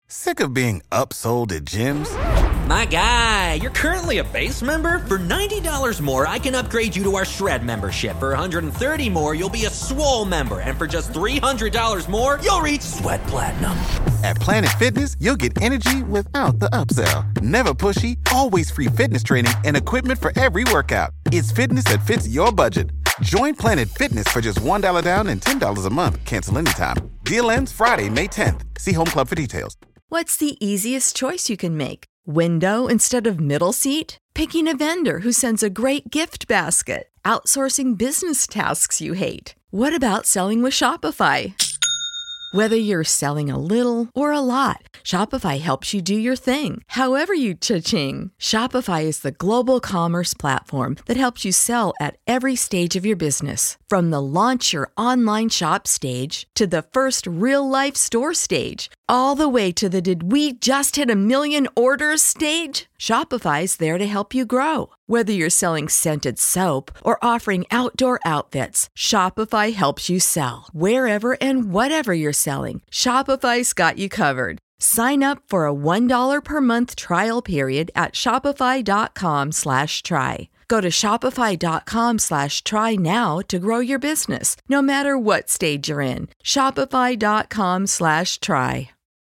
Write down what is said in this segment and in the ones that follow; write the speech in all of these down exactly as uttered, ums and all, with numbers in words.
Sick of being upsold at gyms? My guy, you're currently a base member? For ninety dollars more, I can upgrade you to our Shred membership. For one hundred thirty dollars more, you'll be a Swole member. And for just three hundred dollars more, you'll reach Sweat Platinum. At Planet Fitness, you'll get energy without the upsell. Never pushy, always free fitness training and equipment for every workout. It's fitness that fits your budget. Join Planet Fitness for just one dollar down and ten dollars a month. Cancel anytime. Deal ends Friday, May tenth. See Home Club for details. What's the easiest choice you can make? Window instead of middle seat? Picking a vendor who sends a great gift basket? Outsourcing business tasks you hate? What about selling with Shopify? Whether you're selling a little or a lot, Shopify helps you do your thing, however you cha-ching. Shopify is the global commerce platform that helps you sell at every stage of your business. From the launch your online shop stage to the first real-life store stage, all the way to the did we just hit a million orders stage. Shopify's there to help you grow. Whether you're selling scented soap or offering outdoor outfits, Shopify helps you sell. Wherever and whatever you're selling, Shopify's got you covered. Sign up for a one dollar per month trial period at shopify.com slash try. Go to shopify.com slash try now to grow your business, no matter what stage you're in. Shopify.com slash try.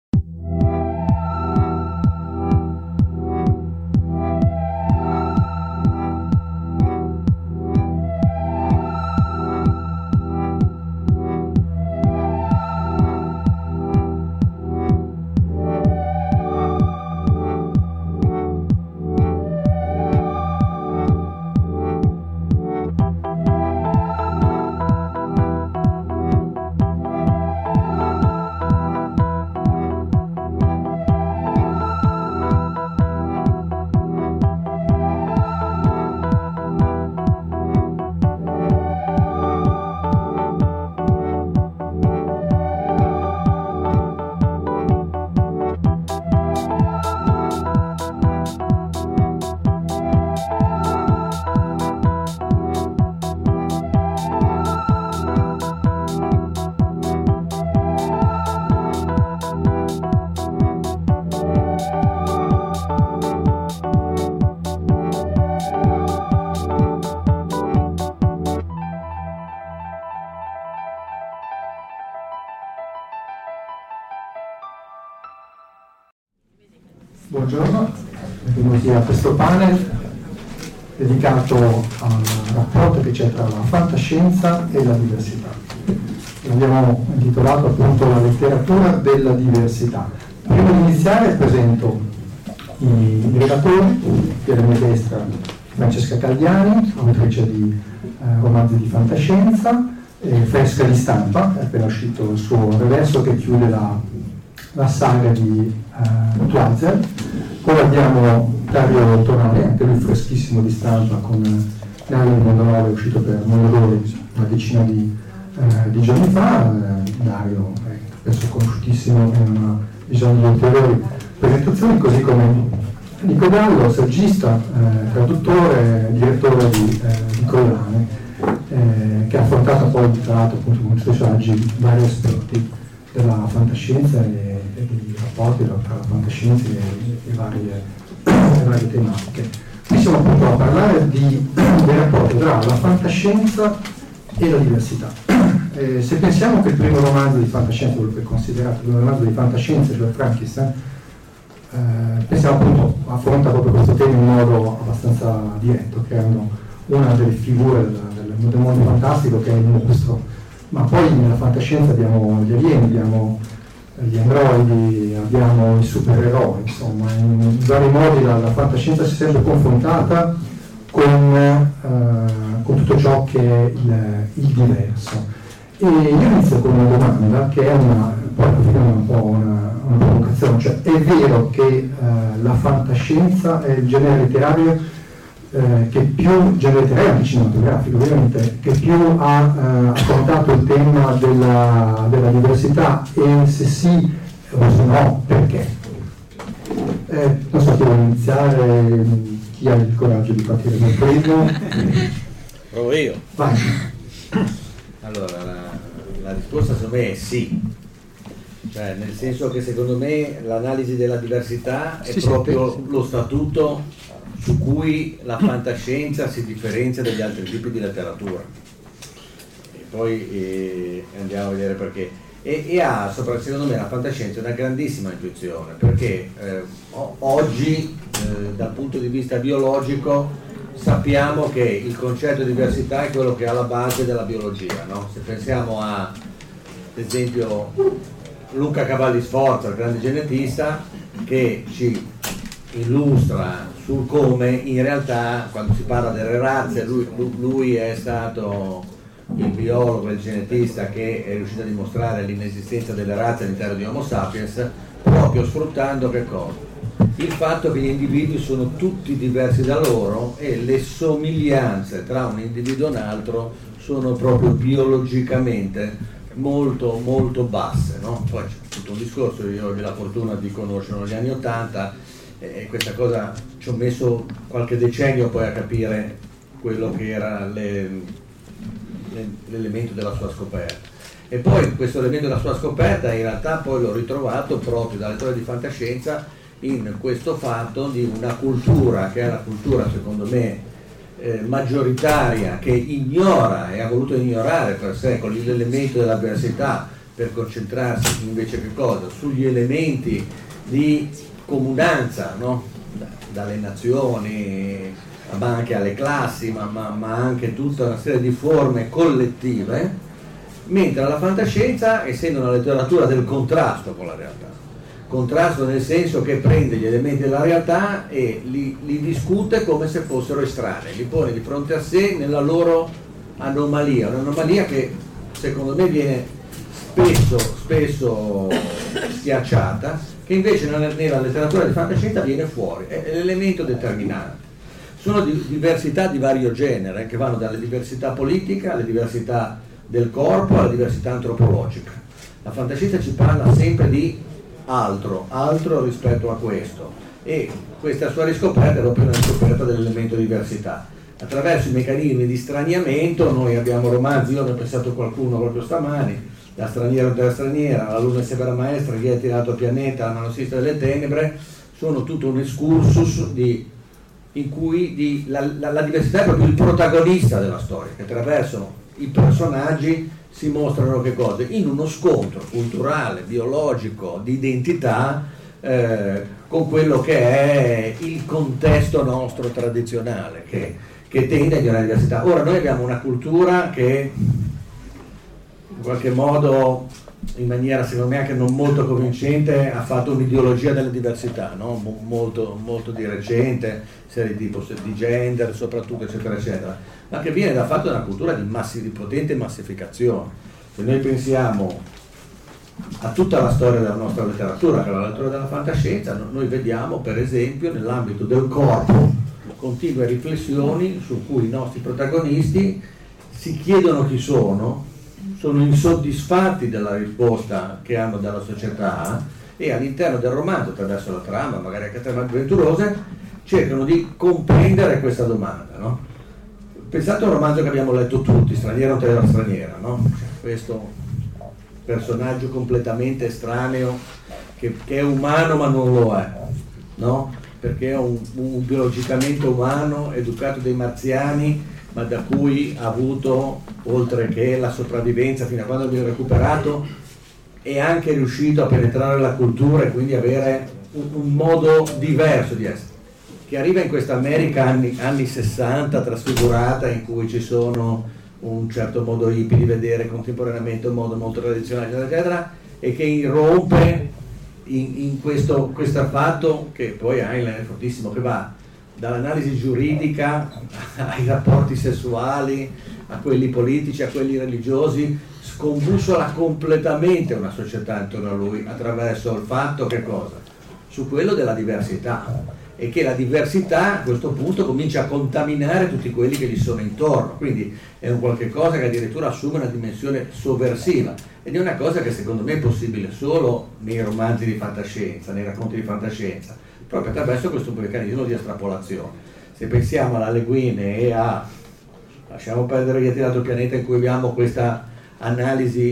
Buongiorno, benvenuti a questo panel dedicato al rapporto che c'è tra la fantascienza e la diversità. L'abbiamo intitolato appunto La letteratura della diversità. Prima di iniziare presento i relatori, alla mia destra Francesca Caldiani, autrice di eh, romanzi di fantascienza, eh, fresca di stampa, è appena uscito il suo reverso che chiude la, la saga di uh, Twizer. Poi abbiamo Dario Tonale, anche lui freschissimo di stampa, con Dario di Mondonove, è uscito per Mondadori una decina di, uh, di giorni fa. Uh, Dario è penso conosciutissimo e non ha bisogno di ulteriori presentazioni, così come Nico Gallo, saggista, eh, traduttore, direttore di, eh, di Collane, eh, che ha affrontato poi tra l'altro appunto con i suoi saggi vari aspetti della fantascienza e, e dei rapporti tra la fantascienza e, e, varie, e varie tematiche. Qui siamo appunto a parlare di, dei rapporti tra la fantascienza e la diversità. Eh, se pensiamo che il primo romanzo di fantascienza, quello che è considerato il primo romanzo di fantascienza, cioè Frankenstein, eh, pensiamo appunto affronta proprio questo tema in modo abbastanza diretto, creando una delle figure del, del, del mondo fantastico che è il mostro. Ma poi nella fantascienza abbiamo gli alieni, abbiamo gli androidi, abbiamo i supereroi, insomma, in vari modi la, la fantascienza si è sempre confrontata con, eh, con tutto ciò che è il, il diverso. E io inizio con una domanda che è una, poi un po' una, una provocazione, cioè è vero che eh, la fantascienza è il genere letterario eh, che più, genere letterario anche cinematografico ovviamente, che più ha eh, affrontato il tema della, della diversità, e se sì o se no perché? Eh, non so chi vuole iniziare, chi ha il coraggio di partire dal primo? Provo io. Vai. Allora, la, la risposta secondo me è sì. Cioè, nel senso che secondo me l'analisi della diversità è sì, proprio sì. lo statuto su cui la fantascienza si differenzia dagli altri tipi di letteratura. E poi eh, andiamo a vedere perché. E, e ha, sopra, secondo me, la fantascienza una grandissima intuizione, perché eh, oggi, eh, dal punto di vista biologico, sappiamo che il concetto di diversità è quello che è alla base della biologia, no? Se pensiamo a, ad esempio, Luca Cavalli Sforza, il grande genetista, che ci illustra sul come in realtà quando si parla delle razze lui, lui è stato il biologo e il genetista che è riuscito a dimostrare l'inesistenza delle razze all'interno di Homo sapiens, proprio sfruttando che cosa? Il fatto che gli individui sono tutti diversi da loro e le somiglianze tra un individuo e un altro sono proprio biologicamente molto molto basse, no? Poi c'è tutto un discorso, io ho la fortuna di conoscerlo negli anni ottanta e questa cosa ci ho messo qualche decennio poi a capire quello che era le, le, l'elemento della sua scoperta, e poi questo elemento della sua scoperta in realtà poi l'ho ritrovato proprio dalla lettura di fantascienza in questo fatto di una cultura che è la cultura secondo me Eh, maggioritaria, che ignora e ha voluto ignorare per secoli l'elemento dell'avversità per concentrarsi invece che cosa? Sugli elementi di comunanza, no? Da, dalle nazioni ma anche alle classi, ma, ma, ma anche tutta una serie di forme collettive, mentre la fantascienza, essendo una letteratura del contrasto con la realtà, contrasto nel senso che prende gli elementi della realtà e li, li discute come se fossero estranei, li pone di fronte a sé nella loro anomalia, un'anomalia che secondo me viene spesso, spesso schiacciata, che invece nella, nella letteratura di fantascienza viene fuori, è l'elemento determinante. Sono di, diversità di vario genere, che vanno dalle diversità politiche alle diversità del corpo alla diversità antropologica. La fantascienza ci parla sempre di altro, altro rispetto a questo, e questa sua riscoperta è proprio una riscoperta dell'elemento diversità. Attraverso i meccanismi di straniamento noi abbiamo romanzi, io ne ho pensato qualcuno proprio stamani, La straniera o della straniera, La luna è severa maestra, Chi ha tirato il pianeta, La manosista delle tenebre, sono tutto un excursus di, in cui di, la, la, la diversità è proprio il protagonista della storia, che attraverso i personaggi si mostrano che cosa? In uno scontro culturale, biologico, di identità eh, con quello che è il contesto nostro tradizionale, che, che tende a ignorare la diversità. Ora noi abbiamo una cultura che in qualche modo, in maniera secondo me anche non molto convincente, ha fatto un'ideologia della diversità, no? Mo- molto, molto di recente, serie di, di gender soprattutto, eccetera eccetera, ma che viene da fatto da una cultura di, massi, di potente massificazione. Se noi pensiamo a tutta la storia della nostra letteratura, che è la lettura della fantascienza, noi vediamo per esempio nell'ambito del corpo continue riflessioni su cui i nostri protagonisti si chiedono chi sono, sono insoddisfatti della risposta che hanno dalla società e all'interno del romanzo, attraverso la trama, magari anche trame avventurose, cercano di comprendere questa domanda, no? Pensate a un romanzo che abbiamo letto tutti, Straniera o terra straniera, no? Cioè, questo personaggio completamente estraneo che, che è umano ma non lo è, no? Perché è un, un biologicamente umano, educato dai marziani, ma da cui ha avuto, oltre che la sopravvivenza fino a quando viene recuperato, è anche riuscito a penetrare la cultura e quindi avere un, un modo diverso di essere, che arriva in questa America anni, anni sessanta trasfigurata, in cui ci sono un certo modo hippie di vedere contemporaneamente, un modo molto tradizionale, eccetera, eccetera, e che irrompe in, in questo, questo fatto che poi Heinlein è fortissimo, che va dall'analisi giuridica ai rapporti sessuali, a quelli politici, a quelli religiosi, scombussola completamente una società intorno a lui attraverso il fatto che cosa? Su quello della diversità, e che la diversità a questo punto comincia a contaminare tutti quelli che gli sono intorno, quindi è un qualche cosa che addirittura assume una dimensione sovversiva, ed è una cosa che secondo me è possibile solo nei romanzi di fantascienza, nei racconti di fantascienza, proprio attraverso questo meccanismo di estrapolazione. Se pensiamo alla Le Guin e a, lasciamo perdere Chi ha tirato il pianeta, in cui abbiamo questa analisi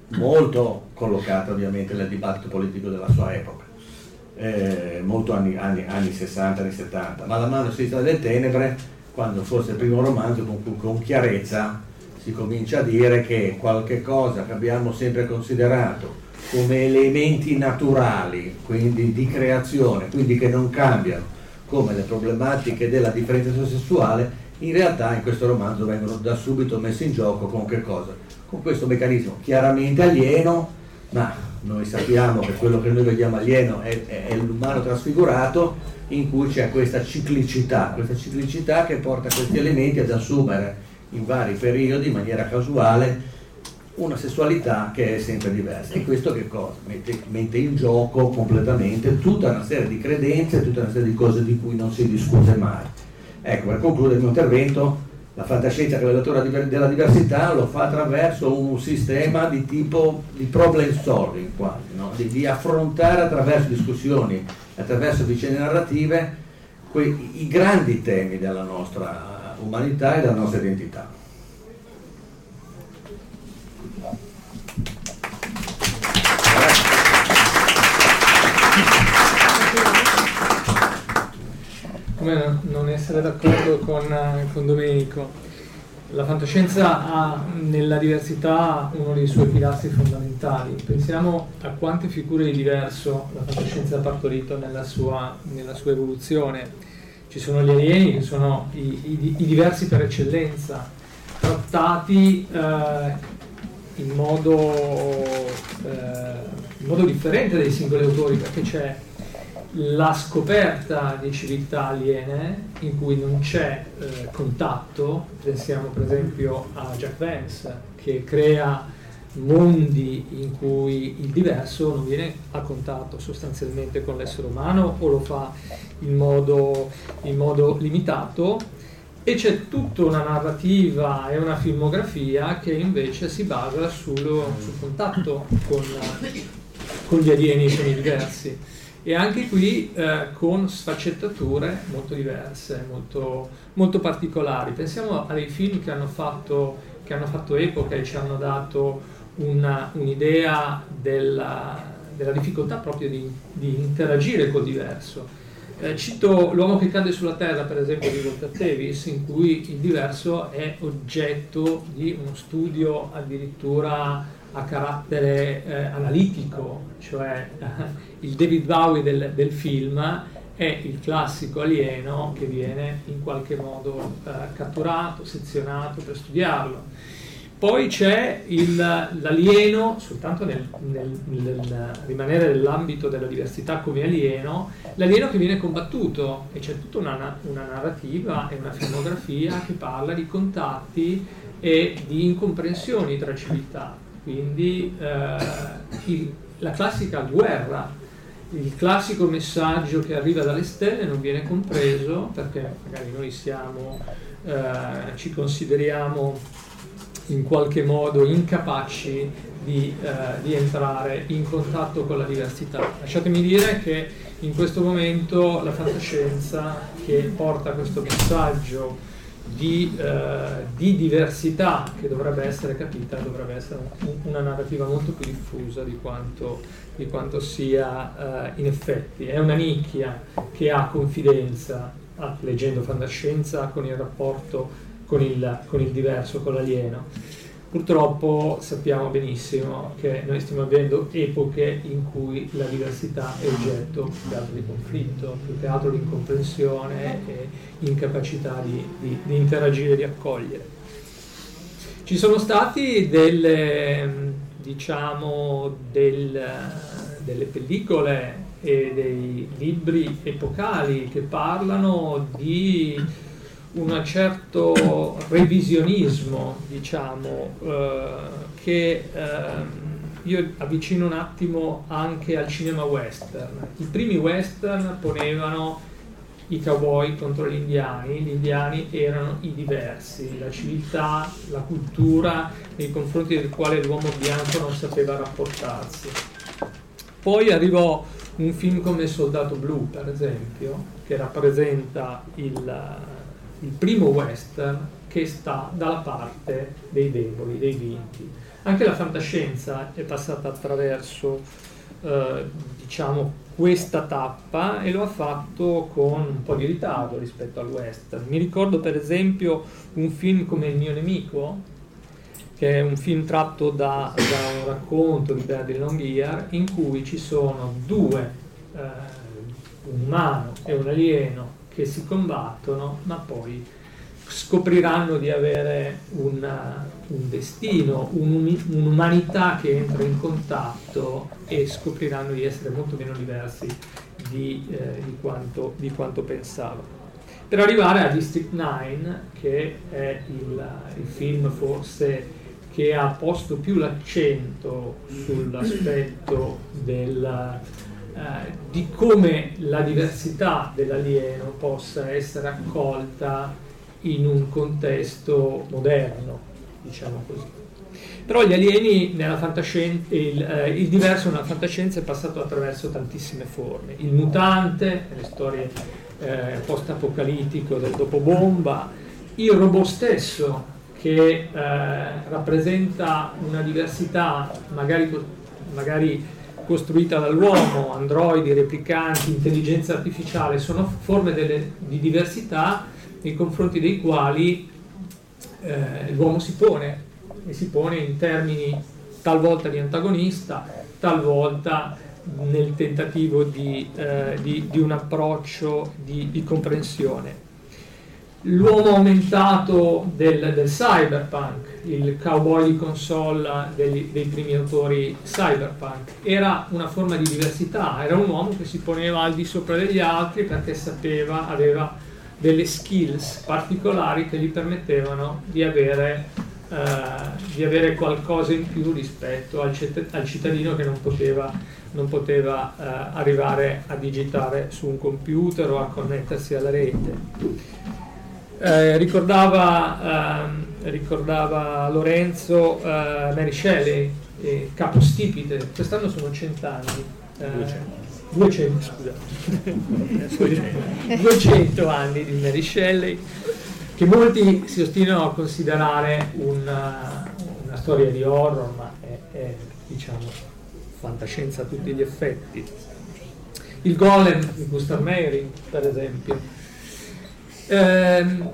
molto collocata ovviamente nel dibattito politico della sua epoca, eh, molto anni, anni, anni sessanta, anni settanta, ma La mano sinistra delle tenebre, quando forse il primo romanzo con cui con chiarezza si comincia a dire che qualche cosa che abbiamo sempre considerato come elementi naturali, quindi di creazione, quindi che non cambiano, come le problematiche della differenza sessuale, in realtà in questo romanzo vengono da subito messe in gioco con che cosa? Con questo meccanismo chiaramente alieno, ma noi sappiamo che quello che noi vediamo alieno è, è, è l'umano trasfigurato, in cui c'è questa ciclicità, questa ciclicità che porta questi elementi ad assumere in vari periodi, in maniera casuale, una sessualità che è sempre diversa. E questo che cosa? Mette, mette in gioco completamente tutta una serie di credenze, tutta una serie di cose di cui non si discute mai. Ecco, per concludere il mio intervento, la fantascienza creatura della diversità lo fa attraverso un sistema di tipo di problem solving, quasi, no? di, di affrontare attraverso discussioni, attraverso vicende narrative, quei, i grandi temi della nostra umanità e della nostra identità. Come non essere d'accordo con, con Domenico? La fantascienza ha nella diversità uno dei suoi pilastri fondamentali. Pensiamo a quante figure di diverso la fantascienza ha partorito nella sua, nella sua evoluzione. Ci sono gli alieni, che sono i, i, i diversi per eccellenza, trattati eh, in, modo, eh, in modo differente dai singoli autori, perché c'è la scoperta di civiltà aliene in cui non c'è eh, contatto. Pensiamo per esempio a Jack Vance, che crea mondi in cui il diverso non viene a contatto sostanzialmente con l'essere umano, o lo fa in modo, in modo limitato, e c'è tutta una narrativa e una filmografia che invece si basa sullo, sul contatto con, con gli alieni e con i diversi. E anche qui eh, con sfaccettature molto diverse, molto, molto particolari. Pensiamo a dei film che hanno fatto, che hanno fatto epoca e ci hanno dato una, un'idea della, della difficoltà proprio di, di interagire col diverso. Eh, cito L'uomo che cade sulla terra, per esempio, di Walter Tevis, in cui il diverso è oggetto di uno studio addirittura a carattere eh, analitico, cioè eh, il David Bowie del, del film è il classico alieno che viene in qualche modo eh, catturato, sezionato per studiarlo. Poi c'è il, l'alieno, soltanto nel, nel, nel rimanere nell'ambito della diversità come alieno, l'alieno che viene combattuto, e c'è tutta una, una narrativa e una filmografia che parla di contatti e di incomprensioni tra civiltà. Quindi eh, il, la classica guerra, il classico messaggio che arriva dalle stelle non viene compreso perché magari noi siamo, eh, ci consideriamo in qualche modo incapaci di, eh, di entrare in contatto con la diversità. Lasciatemi dire che in questo momento la fantascienza, che porta questo messaggio Di, eh, di diversità che dovrebbe essere capita, dovrebbe essere una narrativa molto più diffusa di quanto, di quanto sia eh, in effetti. È una nicchia che ha confidenza, ah, leggendo fantascienza, con il rapporto con il, con il diverso, con l'alieno. Purtroppo sappiamo benissimo che noi stiamo vivendo epoche in cui la diversità è oggetto più che altro di conflitto, più che altro di incomprensione e incapacità di, di, di interagire e di accogliere. Ci sono stati delle, diciamo, del, delle pellicole e dei libri epocali che parlano di un certo revisionismo, diciamo, eh, che eh, io avvicino un attimo anche al cinema western. I primi western ponevano i cowboy contro gli indiani, gli indiani erano i diversi, la civiltà, la cultura nei confronti del quale l'uomo bianco non sapeva rapportarsi. Poi arrivò un film come Soldato Blu, per esempio, che rappresenta il il primo western che sta dalla parte dei deboli, dei vinti. Anche la fantascienza è passata attraverso eh, diciamo questa tappa e lo ha fatto con un po' di ritardo rispetto al western. Mi ricordo per esempio un film come Il mio nemico, che è un film tratto da, da un racconto di Bernard Longyear, in cui ci sono due, eh, un umano e un alieno, che si combattono, ma poi scopriranno di avere una, un destino, un, un'umanità che entra in contatto, e scopriranno di essere molto meno diversi di, eh, di, quanto, di quanto pensavano. Per arrivare a District nove, che è il, il film forse che ha posto più l'accento sull'aspetto del, eh, di come la diversità dell'alieno possa essere accolta in un contesto moderno, diciamo così. Però gli alieni nella fantascienza, il, eh, il diverso nella fantascienza è passato attraverso tantissime forme. Il mutante, le storie eh, post-apocalittico del dopobomba, il robot stesso, che eh, rappresenta una diversità magari, magari costruita dall'uomo, androidi, replicanti, intelligenza artificiale, sono forme delle, di diversità nei confronti dei quali eh, l'uomo si pone, e si pone in termini talvolta di antagonista, talvolta nel tentativo di, eh, di, di un approccio di, di comprensione. L'uomo aumentato del, del cyberpunk, il cowboy di console degli, dei primi autori cyberpunk, era una forma di diversità, era un uomo che si poneva al di sopra degli altri perché sapeva, aveva delle skills particolari che gli permettevano di avere, eh, di avere qualcosa in più rispetto al, cet- al cittadino che non poteva, non poteva eh, arrivare a digitare su un computer o a connettersi alla rete. Eh, ricordava, eh, ricordava Lorenzo eh, Mary Shelley, eh, capostipite, quest'anno sono cent'anni. Eh, duecento, scusate, duecento anni di Mary Shelley, che molti si ostinano a considerare una, una storia di horror, ma è, è diciamo fantascienza a tutti gli effetti. Il Golem di Gustav Meyrink, per esempio. Ehm,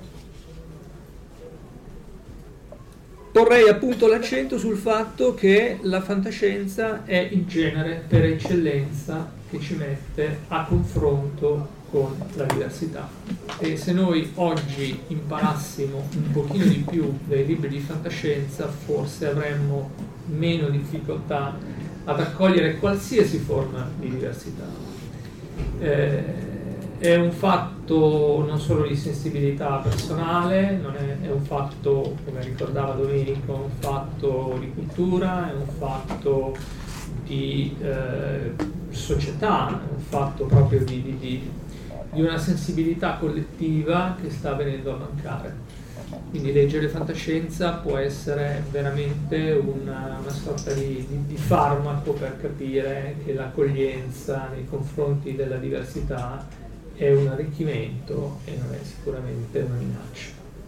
porrei appunto l'accento sul fatto che la fantascienza è il genere per eccellenza che ci mette a confronto con la diversità, e se noi oggi imparassimo un pochino di più dai libri di fantascienza, forse avremmo meno difficoltà ad accogliere qualsiasi forma di diversità. Eh, è un fatto non solo di sensibilità personale, non è, è un fatto, come ricordava Domenico, un fatto di cultura, è un fatto di eh, società, è un fatto proprio di, di, di, di una sensibilità collettiva che sta venendo a mancare. Quindi leggere fantascienza può essere veramente una, una sorta di, di, di farmaco per capire che l'accoglienza nei confronti della diversità è un arricchimento e non è sicuramente una minaccia.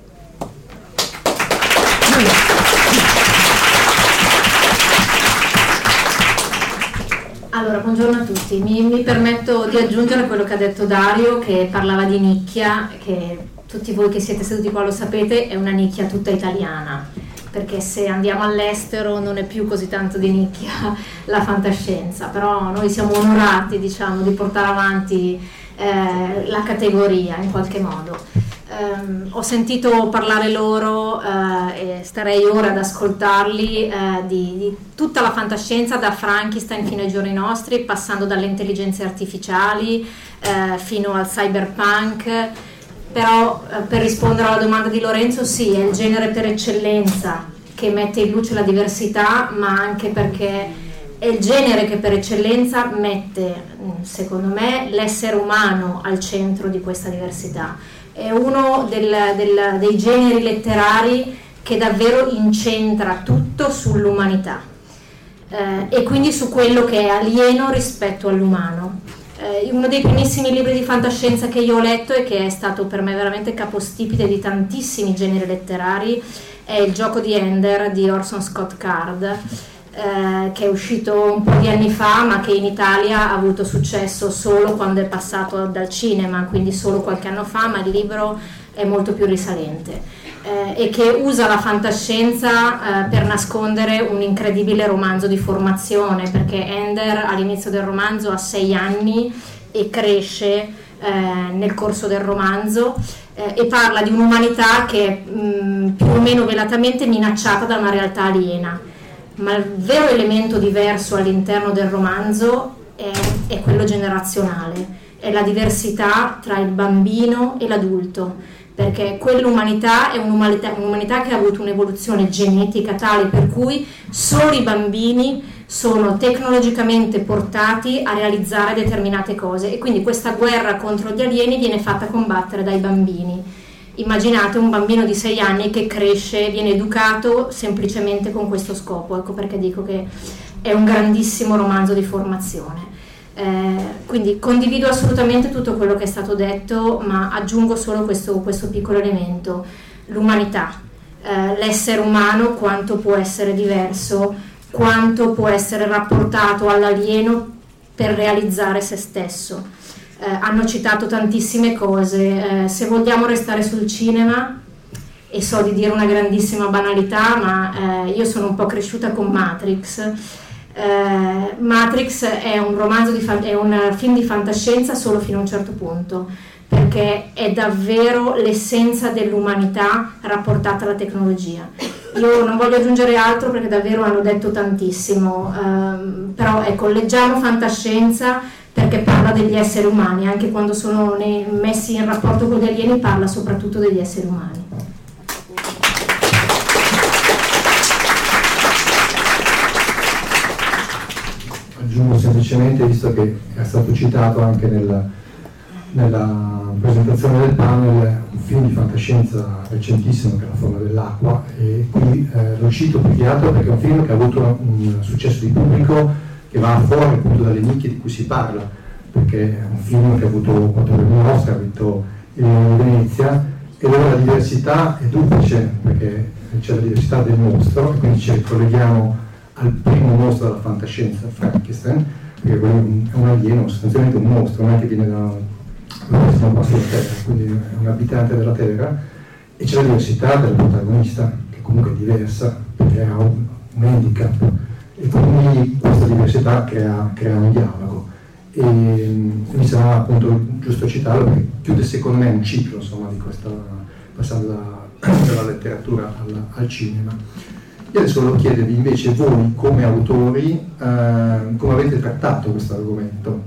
Allora, buongiorno a tutti. Mi, mi permetto di aggiungere quello che ha detto Dario, che parlava di nicchia, che tutti voi che siete seduti qua lo sapete, è una nicchia tutta italiana, perché se andiamo all'estero non è più così tanto di nicchia la fantascienza, però noi siamo onorati, diciamo, di portare avanti Eh, la categoria in qualche modo. Eh, ho sentito parlare loro eh, e starei ora ad ascoltarli eh, di, di tutta la fantascienza, da Frankenstein fino ai giorni nostri, passando dalle intelligenze artificiali eh, fino al cyberpunk. Però eh, per rispondere alla domanda di Lorenzo, sì, è il genere per eccellenza che mette in luce la diversità, ma anche perché è il genere che per eccellenza mette, secondo me, l'essere umano al centro di questa diversità. È uno del, del, dei generi letterari che davvero incentra tutto sull'umanità eh, e quindi su quello che è alieno rispetto all'umano. Eh, uno dei primissimi libri di fantascienza che io ho letto e che è stato per me veramente capostipite di tantissimi generi letterari è il gioco di Ender di Orson Scott Card, eh, che è uscito un po' di anni fa, ma che in Italia ha avuto successo solo quando è passato dal cinema, quindi solo qualche anno fa, ma il libro è molto più risalente. Eh, e che usa la fantascienza eh, per nascondere un incredibile romanzo di formazione, perché Ender all'inizio del romanzo ha sei anni e cresce eh, nel corso del romanzo eh, e parla di un'umanità che è mh, più o meno velatamente minacciata da una realtà aliena, ma il vero elemento diverso all'interno del romanzo è, è quello generazionale, è la diversità tra il bambino e l'adulto, perché quell'umanità è un'umanità, un'umanità che ha avuto un'evoluzione genetica tale per cui solo i bambini sono tecnologicamente portati a realizzare determinate cose, e quindi questa guerra contro gli alieni viene fatta combattere dai bambini. Immaginate un bambino di sei anni che cresce, viene educato semplicemente con questo scopo. Ecco perché dico che è un grandissimo romanzo di formazione. Eh, quindi condivido assolutamente tutto quello che è stato detto, ma aggiungo solo questo, questo piccolo elemento: l'umanità, eh, l'essere umano, quanto può essere diverso, quanto può essere rapportato all'alieno per realizzare se stesso. Eh, hanno citato tantissime cose, eh, se vogliamo restare sul cinema, e so di dire una grandissima banalità, ma eh, io sono un po' cresciuta con Matrix. Uh, Matrix è un romanzo di fa- è un film di fantascienza solo fino a un certo punto, perché è davvero l'essenza dell'umanità rapportata alla tecnologia. Io non voglio aggiungere altro perché davvero hanno detto tantissimo, uh, però ecco, leggiamo fantascienza perché parla degli esseri umani, anche quando sono ne- messi in rapporto con gli alieni parla soprattutto degli esseri umani. Aggiungo semplicemente, visto che è stato citato anche nella, nella presentazione del panel, un film di fantascienza recentissimo che è La forma dell'acqua, e qui eh, lo cito più che altro perché è un film che ha avuto un successo di pubblico che va fuori appunto dalle nicchie di cui si parla, perché è un film che ha avuto quattro premi Oscar, ha vinto il Venezia, e dove la diversità è duplice, perché c'è la diversità del mostro, e quindi ci ricolleghiamo al primo mostro della fantascienza, Frankenstein, perché quello è un alieno, sostanzialmente un mostro, non è che viene da un passo della Terra, quindi è un abitante della Terra, e c'è la diversità del protagonista, che comunque è diversa, perché ha un, un handicap, e quindi questa diversità crea, crea un dialogo. E mi sembra appunto giusto citarlo perché chiude secondo me un ciclo, insomma, di questa, passando da, dalla letteratura al, al cinema. Io adesso volevo chiedervi invece voi come autori eh, come avete trattato questo argomento.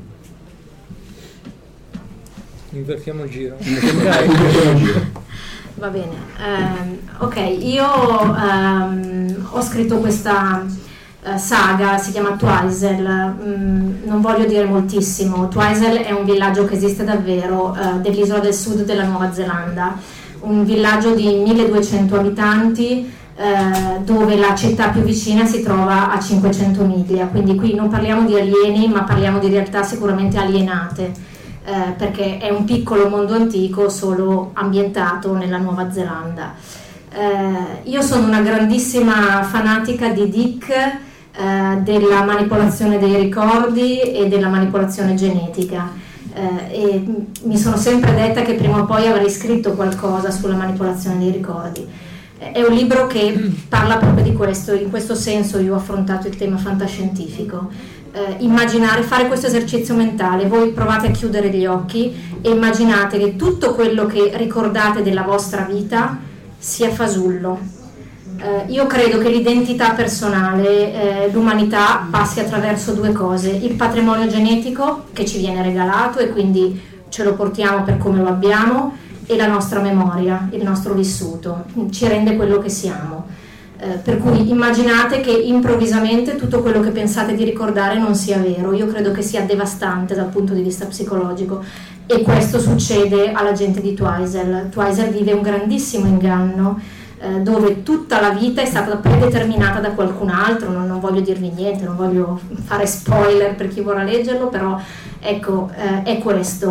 Invertiamo il giro. Invertiamo il giro. Va bene, eh, ok, io ehm, ho scritto questa eh, saga, si chiama Twizel, mm, non voglio dire moltissimo. Twizel è un villaggio che esiste davvero, eh, dell'isola del sud della Nuova Zelanda, un villaggio di milleduecento abitanti, Eh, dove la città più vicina si trova a cinquecento miglia, quindi qui non parliamo di alieni ma parliamo di realtà sicuramente alienate, eh, perché è un piccolo mondo antico solo ambientato nella Nuova Zelanda. Eh, io sono una grandissima fanatica di Dick, eh, della manipolazione dei ricordi e della manipolazione genetica. Eh, e mi sono sempre detta che prima o poi avrei scritto qualcosa sulla manipolazione dei ricordi. È un libro che parla proprio di questo, in questo senso io ho affrontato il tema fantascientifico. Eh, immaginare, fare questo esercizio mentale, voi provate a chiudere gli occhi e immaginate che tutto quello che ricordate della vostra vita sia fasullo. Eh, io credo che l'identità personale, eh, l'umanità passi attraverso due cose: il patrimonio genetico che ci viene regalato e quindi ce lo portiamo per come lo abbiamo, e la nostra memoria, il nostro vissuto, ci rende quello che siamo. Eh, per cui immaginate che improvvisamente tutto quello che pensate di ricordare non sia vero. Io credo che sia devastante dal punto di vista psicologico, e questo succede alla gente di Twizel. Twizel vive un grandissimo inganno, eh, dove tutta la vita è stata predeterminata da qualcun altro. Non, non voglio dirvi niente, non voglio fare spoiler per chi vorrà leggerlo, però ecco, eh, è questo.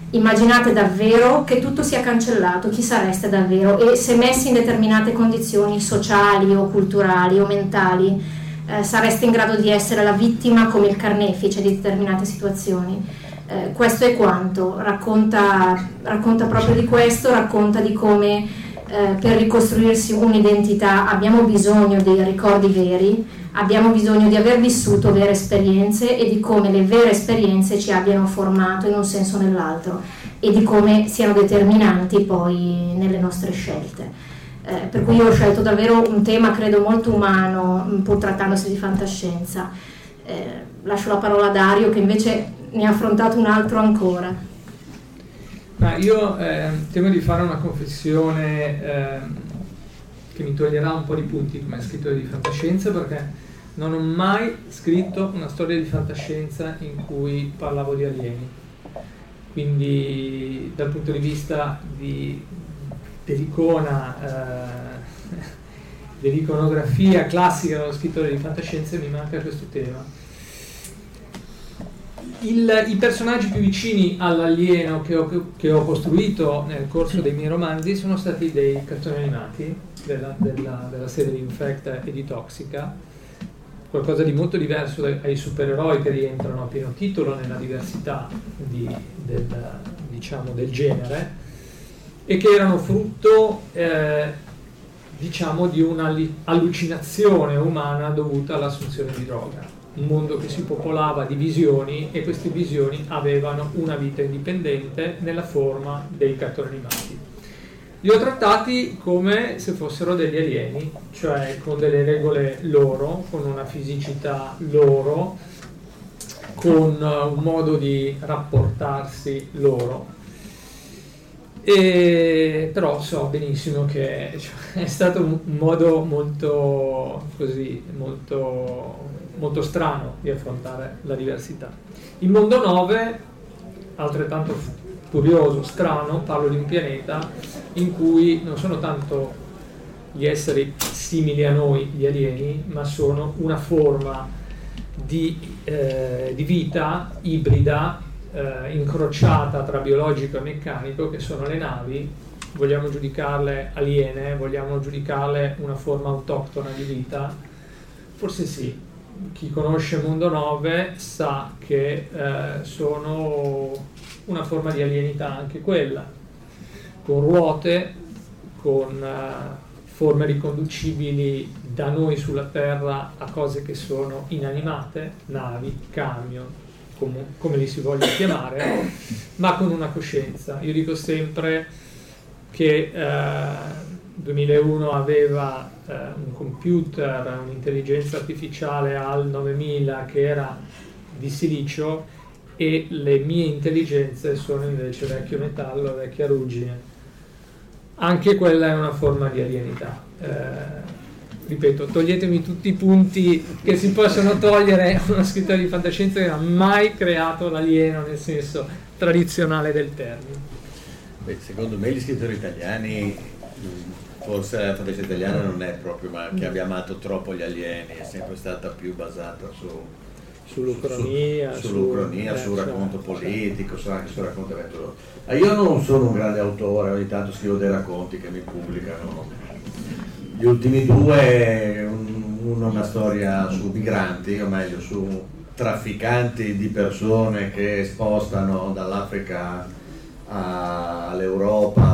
Immaginate davvero che tutto sia cancellato, chi sareste davvero? E se messi in determinate condizioni sociali o culturali o mentali, eh, sareste in grado di essere la vittima come il carnefice di determinate situazioni. Eh, questo è quanto, racconta, racconta proprio di questo, racconta di come eh, per ricostruirsi un'identità abbiamo bisogno dei ricordi veri, abbiamo bisogno di aver vissuto vere esperienze e di come le vere esperienze ci abbiano formato in un senso o nell'altro e di come siano determinanti poi nelle nostre scelte. Eh, per cui io ho scelto davvero un tema credo molto umano, pur trattandosi di fantascienza. Eh, lascio la parola a Dario che invece ne ha affrontato un altro ancora. Ma io eh, temo di fare una confessione eh, che mi toglierà un po' di punti come scrittore di fantascienza, perché non ho mai scritto una storia di fantascienza in cui parlavo di alieni. Quindi dal punto di vista di, dell'icona, eh, dell'iconografia classica dello scrittore di fantascienza mi manca questo tema. Il, I personaggi più vicini all'alieno che ho, che ho costruito nel corso dei miei romanzi sono stati dei cartoni animati della, della, della serie di Infect e di Toxica, qualcosa di molto diverso dai supereroi che rientrano a pieno titolo nella diversità di, del, diciamo, del genere, e che erano frutto eh, diciamo di un'allucinazione umana dovuta all'assunzione di droga. Un mondo che si popolava di visioni e queste visioni avevano una vita indipendente nella forma dei cartoni animati. Li ho trattati come se fossero degli alieni, cioè con delle regole loro, con una fisicità loro, con un modo di rapportarsi loro. E però so benissimo che cioè, è stato un modo molto così, molto, molto strano di affrontare la diversità. Il mondo nove, altrettanto curioso, strano, parlo di un pianeta in cui non sono tanto gli esseri simili a noi, gli alieni, ma sono una forma di, eh, di vita ibrida, eh, incrociata tra biologico e meccanico, che sono le navi. Vogliamo giudicarle aliene, vogliamo giudicarle una forma autoctona di vita? Forse sì. Chi conosce Mondo nove sa che eh, sono una forma di alienità anche quella, con ruote, con uh, forme riconducibili da noi sulla Terra a cose che sono inanimate, navi, camion, com- come li si voglia chiamare, ma con una coscienza. Io dico sempre che uh, duemilauno aveva uh, un computer, un'intelligenza artificiale al novemila che era di silicio, e le mie intelligenze sono invece vecchio metallo, vecchia ruggine. Anche quella è una forma di alienità. Eh, ripeto, toglietemi tutti i punti che si possono togliere a uno scrittore di fantascienza che non ha mai creato l'alieno nel senso tradizionale del termine. Beh, secondo me gli scrittori italiani, forse la fantascienza italiana non è proprio ma che abbia amato troppo gli alieni, è sempre stata più basata su sull'ucronia, su, sull'ucronia, su, sul eh, racconto cioè, politico, su, anche sul racconto avventuroso. Io non sono un grande autore, ogni tanto scrivo dei racconti che mi pubblicano. Gli ultimi due, uno una storia su migranti, o meglio su trafficanti di persone che spostano dall'Africa a, all'Europa a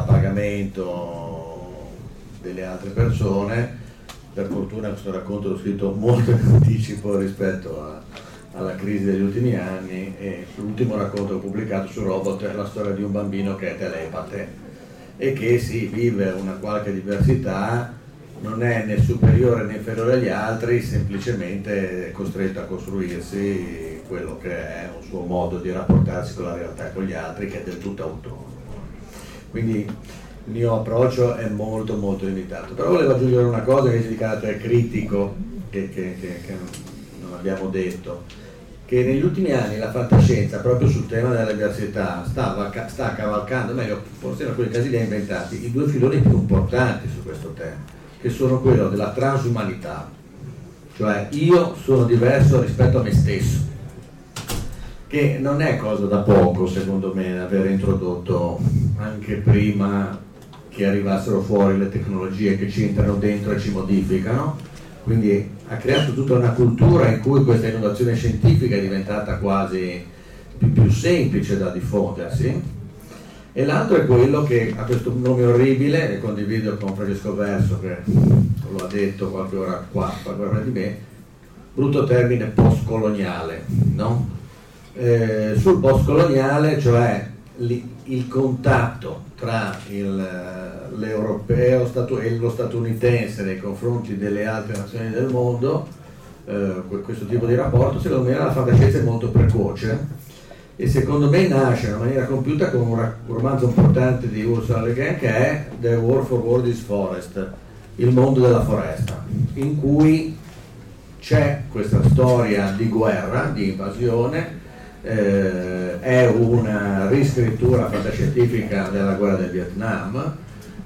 pagamento delle altre persone. Per fortuna questo racconto l'ho scritto molto in anticipo rispetto a alla crisi degli ultimi anni, e l'ultimo racconto che ho pubblicato su Robot è la storia di un bambino che è telepate e che sì, vive una qualche diversità, non è né superiore né inferiore agli altri, semplicemente è costretto a costruirsi quello che è un suo modo di rapportarsi con la realtà e con gli altri, che è del tutto autonomo. Quindi il mio approccio è molto molto limitato, però volevo aggiungere una cosa che di carattere critico che, che, che, che non abbiamo detto, che negli ultimi anni la fantascienza proprio sul tema della diversità stava, sta cavalcando, meglio forse in alcuni casi li ha inventati, i due filoni più importanti su questo tema, che sono quello della transumanità, cioè io sono diverso rispetto a me stesso, che che non è cosa da poco secondo me aver introdotto anche prima che arrivassero fuori le tecnologie che ci entrano dentro e ci modificano, quindi ha creato tutta una cultura in cui questa innovazione scientifica è diventata quasi più, più semplice da diffondersi. E l'altro è quello che ha questo nome orribile, e condivido con Francesco Verso che lo ha detto qualche ora qua, qualche ora di me, brutto termine postcoloniale, no? Eh, sul postcoloniale, cioè li, il contatto tra il, l'europeo statu, e lo statunitense nei confronti delle altre nazioni del mondo, eh, questo tipo di rapporto, secondo me la fantascienza è molto precoce e secondo me nasce in maniera compiuta con un, ra- un romanzo importante di Ursula Le Guin che è The War for World is Forest, il mondo della foresta, in cui c'è questa storia di guerra, di invasione. Eh, è una riscrittura fantascientifica della guerra del Vietnam,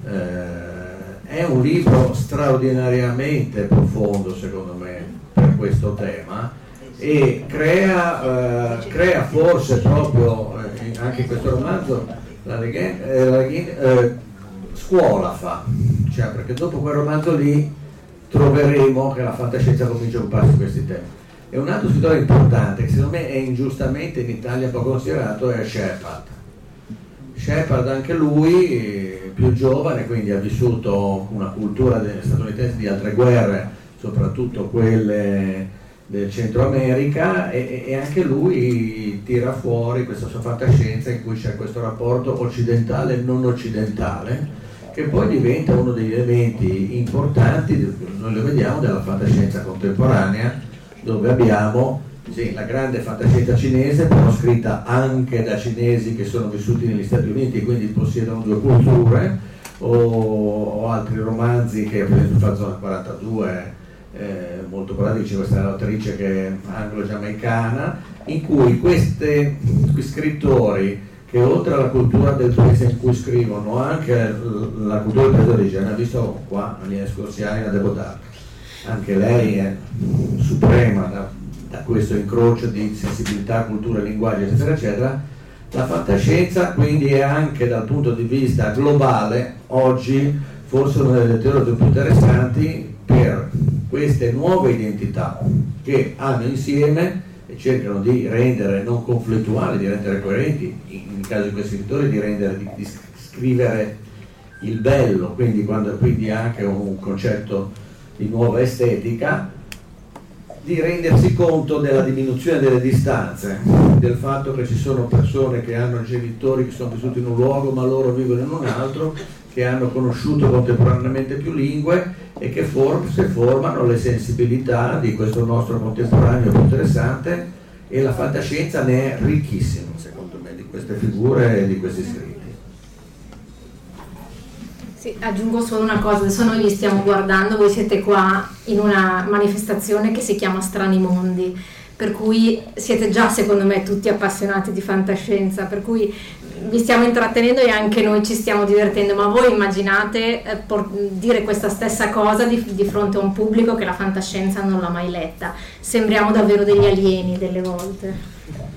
eh, è un libro straordinariamente profondo secondo me per questo tema e crea, eh, crea forse proprio eh, anche in questo romanzo la Le Guin, eh, la Le Guin eh, scuola fa, cioè perché dopo quel romanzo lì troveremo che la fantascienza comincia a occuparsi di questi temi. E un altro scrittore importante che secondo me è ingiustamente in Italia poco considerato è Shepard. Shepard anche lui più giovane, quindi ha vissuto una cultura statunitense di altre guerre, soprattutto quelle del Centro America, e, e anche lui tira fuori questa sua fantascienza in cui c'è questo rapporto occidentale e non occidentale che poi diventa uno degli elementi importanti, noi lo vediamo, della fantascienza contemporanea, dove abbiamo sì, la grande fantascienza cinese, però scritta anche da cinesi che sono vissuti negli Stati Uniti e quindi possiedono due culture, o, o altri romanzi che per esempio fa Zona quarantadue, eh, molto pratici, questa è l'autrice che è anglo-giamaicana, in cui questi scrittori che oltre alla cultura del paese in cui scrivono, anche la cultura del paese d'origine, ha visto qua negli scorsi anni la Debordare, anche lei è suprema da, da questo incrocio di sensibilità, cultura, linguaggio eccetera eccetera. La fantascienza quindi è anche dal punto di vista globale oggi forse una delle teorie più interessanti per queste nuove identità che hanno insieme e cercano di rendere non conflittuali, di rendere coerenti, in, in caso di questi scrittori di rendere, di, di scrivere il bello, quindi, quando, quindi anche un concetto di nuova estetica, di rendersi conto della diminuzione delle distanze, del fatto che ci sono persone che hanno genitori che sono vissuti in un luogo ma loro vivono in un altro, che hanno conosciuto contemporaneamente più lingue e che forse formano le sensibilità di questo nostro contemporaneo più interessante, e la fantascienza ne è ricchissima secondo me di queste figure e di questi scritti. Sì, aggiungo solo una cosa, adesso noi vi stiamo guardando, voi siete qua in una manifestazione che si chiama Strani Mondi, per cui siete già secondo me tutti appassionati di fantascienza, per cui vi stiamo intrattenendo e anche noi ci stiamo divertendo, ma voi immaginate eh, por- dire questa stessa cosa di, di fronte a un pubblico che la fantascienza non l'ha mai letta, sembriamo davvero degli alieni delle volte.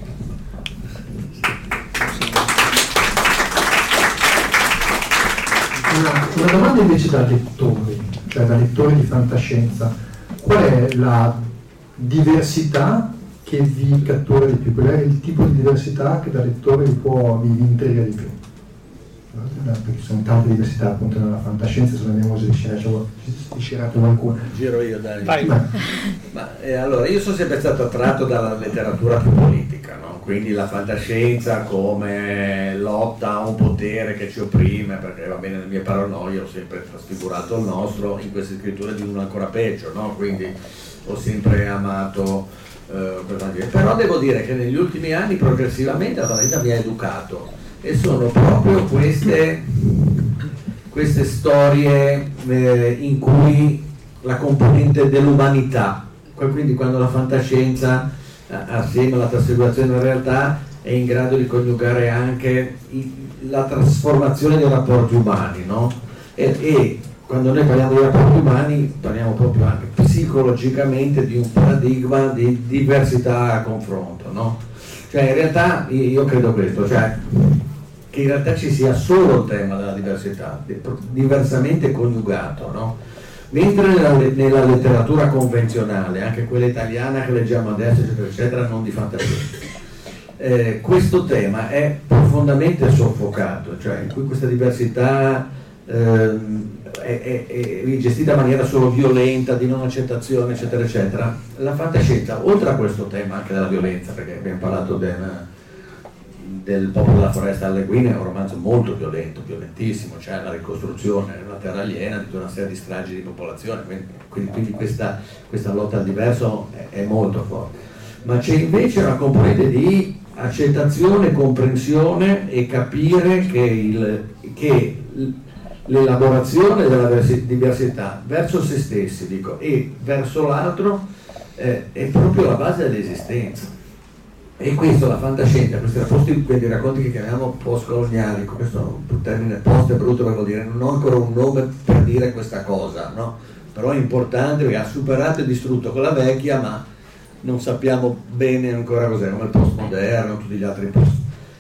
Una, una domanda invece da lettori, cioè da lettori di fantascienza: qual è la diversità che vi cattura di più? Qual è il tipo di diversità che da lettore vi può vi, vi intriga di più? Perché ci sono tante diversità appunto nella fantascienza, se ne abbiamo sviscerato qualcuno. Giro io, dai. Vai. Ma, eh, allora, io sono sempre stato attratto dalla letteratura più politica, no? Quindi la fantascienza come lotta a un potere che ci opprime, perché va bene, nelle mie paranoie ho sempre trasfigurato il nostro in queste scritture di uno ancora peggio, no? Quindi ho sempre amato eh, però devo dire che negli ultimi anni progressivamente la fantascienza mi ha educato, e sono proprio queste queste storie eh, in cui la componente dell'umanità, quindi quando la fantascienza assieme alla trasfigurazione della realtà è in grado di coniugare anche i, la trasformazione dei rapporti umani, no? E, e quando noi parliamo di rapporti umani parliamo proprio anche psicologicamente di un paradigma di diversità a confronto, no? Cioè in realtà io credo questo, cioè che in realtà ci sia solo il tema della diversità, diversamente coniugato, no? Mentre nella, nella letteratura convenzionale, anche quella italiana che leggiamo adesso, eccetera, eccetera, non di fantascienza, eh, questo tema è profondamente soffocato, cioè in cui questa diversità eh, è, è, è gestita in maniera solo violenta, di non accettazione, eccetera, eccetera. La fantascienza, oltre a questo tema anche della violenza, perché abbiamo parlato del, del Popolo della Foresta alle Guine, è un romanzo molto violento, violentissimo, cioè la ricostruzione in una terra aliena di tutta una serie di stragi di popolazione, quindi, quindi, quindi questa, questa lotta al diverso è, è molto forte. Ma c'è invece una componente di accettazione, comprensione e capire che, il, che l'elaborazione della diversità verso se stessi, dico, e verso l'altro eh, è proprio la base dell'esistenza. E questo la fantascienza, questi racconti, questi racconti che chiamiamo post-coloniali, questo termine post è brutto per vuol dire, non ho ancora un nome per dire questa cosa, no? Però è importante perché ha superato e distrutto quella vecchia, ma non sappiamo bene ancora cos'è, come il postmoderno, tutti gli altri post.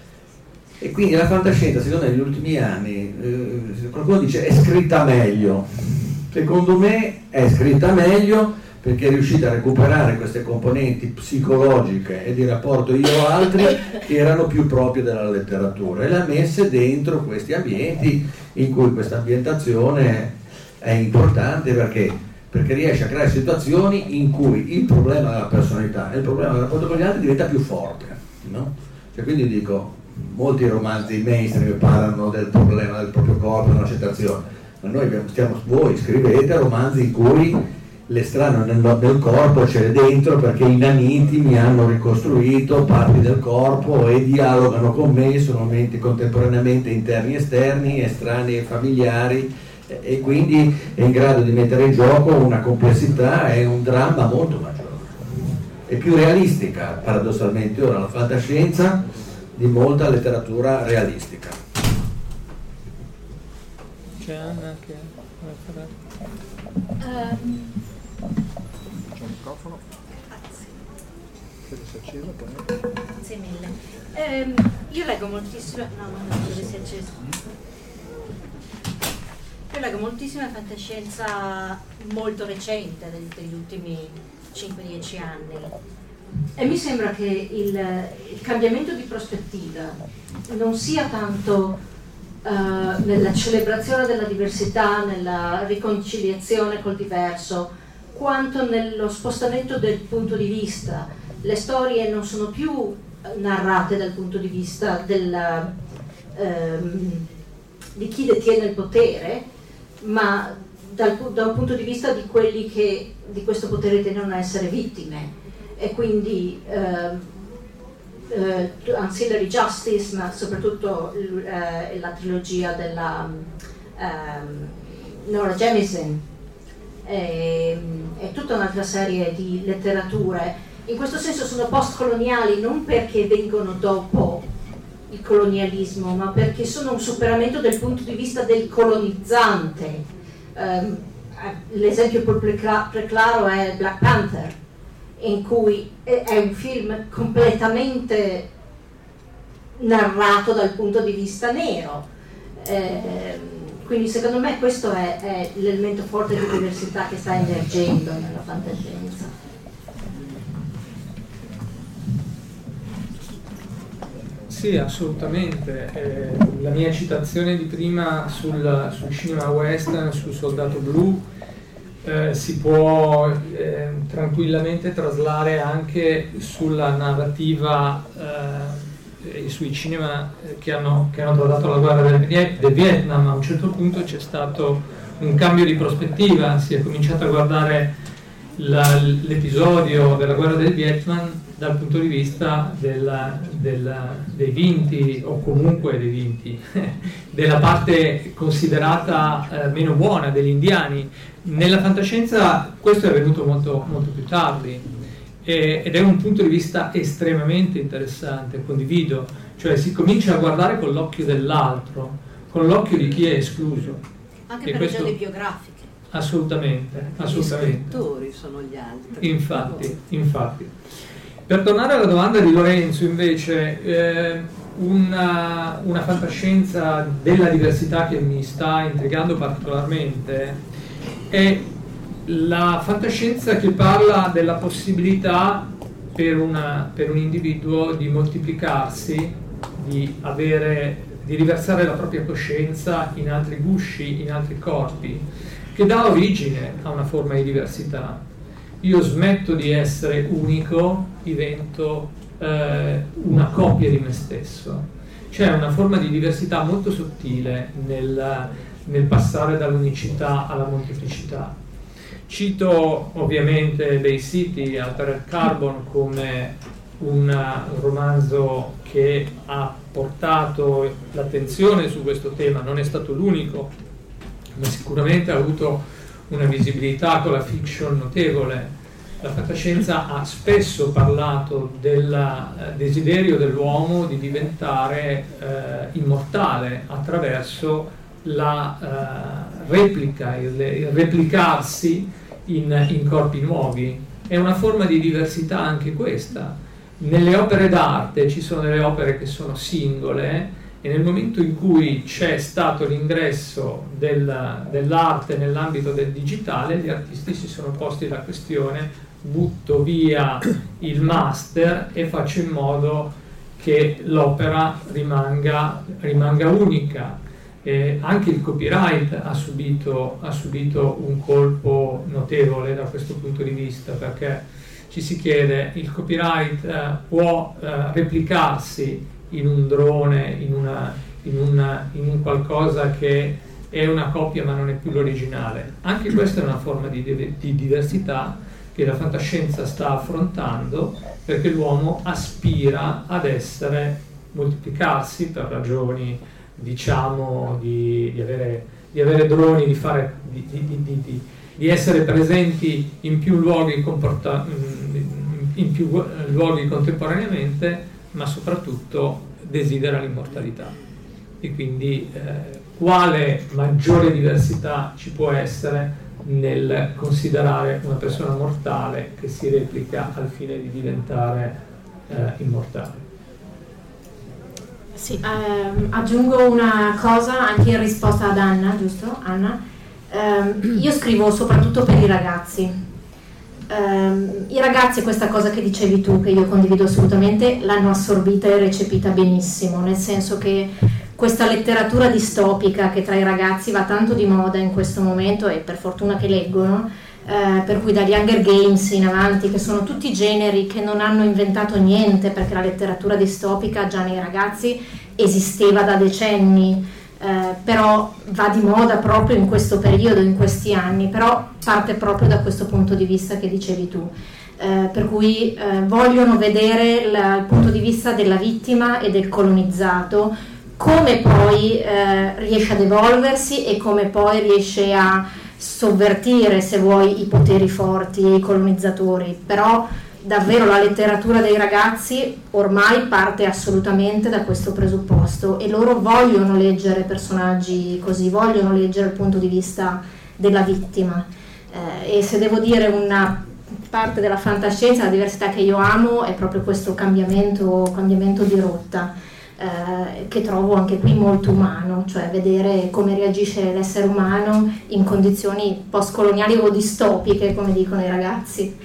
E quindi la fantascienza, secondo me, negli ultimi anni, eh, qualcuno dice è scritta meglio. Secondo me è scritta meglio perché è riuscita a recuperare queste componenti psicologiche e di rapporto io-altri che erano più proprie della letteratura e le ha messe dentro questi ambienti in cui questa ambientazione è importante perché, perché riesce a creare situazioni in cui il problema della personalità e il problema del rapporto con gli altri diventa più forte, no? Cioè, quindi dico, molti romanzi mainstream parlano del problema del proprio corpo, dell'accettazione, ma noi stiamo, voi scrivete romanzi in cui l'estraneo nel, nel corpo c'è dentro perché i naniti mi hanno ricostruito parti del corpo e dialogano con me, sono menti contemporaneamente interni e esterni, estranei e familiari, e, e quindi è in grado di mettere in gioco una complessità e un dramma molto maggiore e più realistica, paradossalmente, ora la fantascienza di molta letteratura realistica. C'è Anna che vuole parlare. Um, C'è un microfono. Grazie. Credo sia acceso poi. Grazie mille. Ehm, io leggo moltissimo. No, non credo sia acceso. Io leggo moltissima fantascienza molto recente, degli, degli ultimi cinque dieci anni. E mi sembra che il, il cambiamento di prospettiva non sia tanto Uh, nella celebrazione della diversità, nella riconciliazione col diverso, quanto nello spostamento del punto di vista. Le storie non sono più narrate dal punto di vista della, um, di chi detiene il potere, ma dal, da un punto di vista di quelli che di questo potere tendono a essere vittime. E quindi uh, Uh, Ancillary Justice, ma soprattutto uh, la trilogia della um, Nora Jemisin e, e tutta un'altra serie di letterature. In questo senso sono post-coloniali non perché vengono dopo il colonialismo, ma perché sono un superamento del punto di vista del colonizzante. Um, l'esempio più preclaro è Black Panther, in cui è un film completamente narrato dal punto di vista nero, eh, quindi secondo me questo è, è l'elemento forte di diversità che sta emergendo nella fantascienza. Sì, assolutamente. Eh, la mia citazione di prima sul, sul cinema western, sul Soldato Blu, Eh, si può eh, tranquillamente traslare anche sulla narrativa eh, e sui cinema che hanno, che hanno trattato la guerra del, del Vietnam. A un certo punto c'è stato un cambio di prospettiva, si è cominciato a guardare la, l'episodio della guerra del Vietnam dal punto di vista della, della, dei vinti, o comunque dei vinti, della parte considerata eh, meno buona, degli indiani. Nella fantascienza questo è venuto molto, molto più tardi e, ed è un punto di vista estremamente interessante, condivido, cioè si comincia a guardare con l'occhio dell'altro, con l'occhio di chi è escluso. Anche e per questo, ragioni biografiche. Assolutamente, assolutamente. Gli scrittori sono gli altri. Infatti, infatti. Per tornare alla domanda di Lorenzo, invece, eh, una, una fantascienza della diversità che mi sta intrigando particolarmente è la fantascienza che parla della possibilità per, una, per un individuo di moltiplicarsi, di avere, di riversare la propria coscienza in altri gusci, in altri corpi, che dà origine a una forma di diversità. Io smetto di essere unico, divento eh, una copia di me stesso. C'è una forma di diversità molto sottile nel, nel passare dall'unicità alla molteplicità. Cito ovviamente Bay City, Altered Carbon, come un, un romanzo che ha portato l'attenzione su questo tema. Non è stato l'unico, ma sicuramente ha avuto una visibilità con la fiction notevole. La fantascienza ha spesso parlato del eh, desiderio dell'uomo di diventare eh, immortale attraverso la eh, replica, il, il replicarsi in, in corpi nuovi. È una forma di diversità anche questa. Nelle opere d'arte ci sono delle opere che sono singole, e nel momento in cui c'è stato l'ingresso del, dell'arte nell'ambito del digitale, gli artisti si sono posti la questione: butto via il master e faccio in modo che l'opera rimanga, rimanga unica. E anche il copyright ha subito, ha subito un colpo notevole da questo punto di vista, perché ci si chiede: il copyright eh, può eh, replicarsi in un drone, in, una, in, una, in un qualcosa che è una copia ma non è più l'originale? Anche questa è una forma di, di diversità che la fantascienza sta affrontando, perché l'uomo aspira ad essere, moltiplicarsi per ragioni, diciamo, di, di, avere, di avere droni, di, fare, di, di, di, di, di essere presenti in più luoghi, comporta, in più luoghi contemporaneamente, ma soprattutto desidera l'immortalità. E quindi eh, quale maggiore diversità ci può essere nel considerare una persona mortale che si replica al fine di diventare eh, immortale? Sì, ehm, aggiungo una cosa anche in risposta ad Anna, giusto? Anna? Ehm, io scrivo soprattutto per i ragazzi. Um, i ragazzi, questa cosa che dicevi tu, che io condivido assolutamente, l'hanno assorbita e recepita benissimo, nel senso che questa letteratura distopica che tra i ragazzi va tanto di moda in questo momento, e per fortuna che leggono, eh, per cui dagli Hunger Games in avanti, che sono tutti generi che non hanno inventato niente, perché la letteratura distopica già nei ragazzi esisteva da decenni. Eh, però va di moda proprio in questo periodo, in questi anni, però parte proprio da questo punto di vista che dicevi tu, eh, per cui eh, vogliono vedere la, il punto di vista della vittima e del colonizzato, come poi eh, riesce ad evolversi e come poi riesce a sovvertire, se vuoi, i poteri forti, i colonizzatori. Però davvero la letteratura dei ragazzi ormai parte assolutamente da questo presupposto, e loro vogliono leggere personaggi così, vogliono leggere il punto di vista della vittima. Eh, e se devo dire una parte della fantascienza, la diversità che io amo è proprio questo cambiamento, cambiamento di rotta, eh, che trovo anche qui molto umano, cioè vedere come reagisce l'essere umano in condizioni post-coloniali o distopiche, come dicono i ragazzi.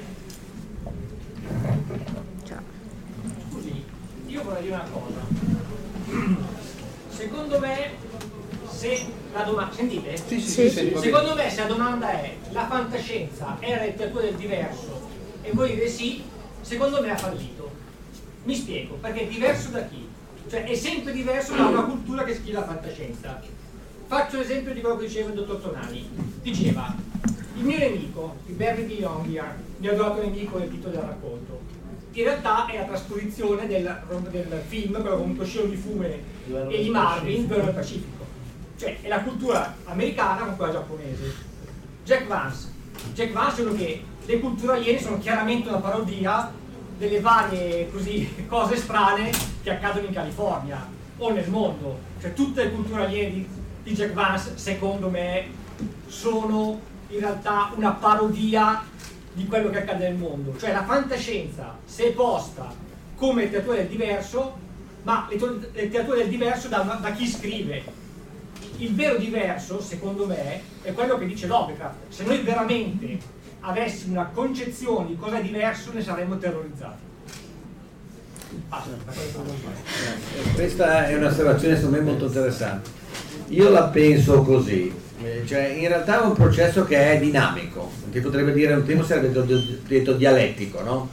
Vorrei dire una cosa. Secondo me, se la domanda, sentite? Sì, sì, sì, sì, secondo me, se la domanda è: la fantascienza è la letteratura del diverso, e voi dite sì, secondo me ha fallito. Mi spiego, perché è diverso da chi? Cioè è sempre diverso da una cultura che scrive la fantascienza. Faccio l'esempio di quello che diceva il dottor Tonali. Diceva: il mio nemico, il Barry di Longyear, mio adorato nemico, è il titolo del racconto. In realtà è la trasposizione del, del film, però con un cuscino di fume e di Marvin, Guerra del Pacifico. Cioè è la cultura americana con quella giapponese. Jack Vance. Jack Vance è uno che le culture aliene sono chiaramente una parodia delle varie così, cose strane che accadono in California o nel mondo. Cioè tutte le culture aliene di, di Jack Vance, secondo me, sono in realtà una parodia di quello che accade nel mondo. Cioè la fantascienza, se posta come letteratura del diverso, ma letteratura del diverso da, da chi scrive. Il vero diverso, secondo me, è quello che dice Lovecraft. Se noi veramente avessimo una concezione di cosa è diverso, ne saremmo terrorizzati. Ah, questa è un'osservazione secondo me molto interessante. Io la penso così, cioè in realtà è un processo che è dinamico, che potrebbe dire un tempo sarebbe detto dialettico, no?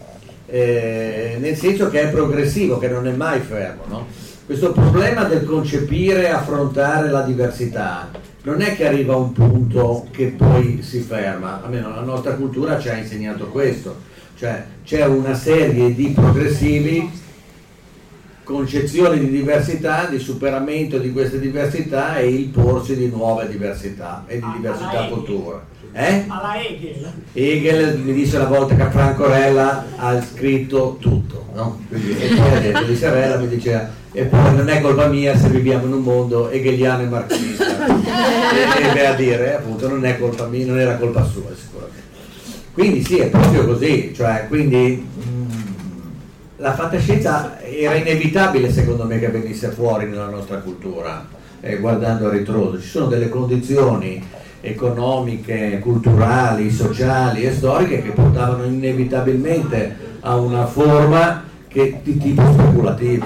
Eh, nel senso che è progressivo, che non è mai fermo, no? Questo problema del concepire e affrontare la diversità non è che arriva a un punto che poi si ferma, almeno la nostra cultura ci ha insegnato questo. Cioè c'è una serie di progressivi concezioni di diversità, di superamento di queste diversità e il porsi di nuove diversità e di diversità future. Eh? Alla Hegel. Hegel mi disse una volta che Franco Rella ha scritto tutto, no? Quindi, e poi ha detto, di Rella mi diceva, e poi non è colpa mia se viviamo in un mondo hegeliano e marxista. e, e beh, a dire, appunto, non è colpa mia, non era colpa sua sicuramente. Quindi sì, è proprio così, cioè quindi mh, la fantascienza era inevitabile secondo me che venisse fuori nella nostra cultura, eh, guardando a ritroso. Ci sono delle condizioni economiche, culturali, sociali e storiche che portavano inevitabilmente a una forma che, di tipo speculativo.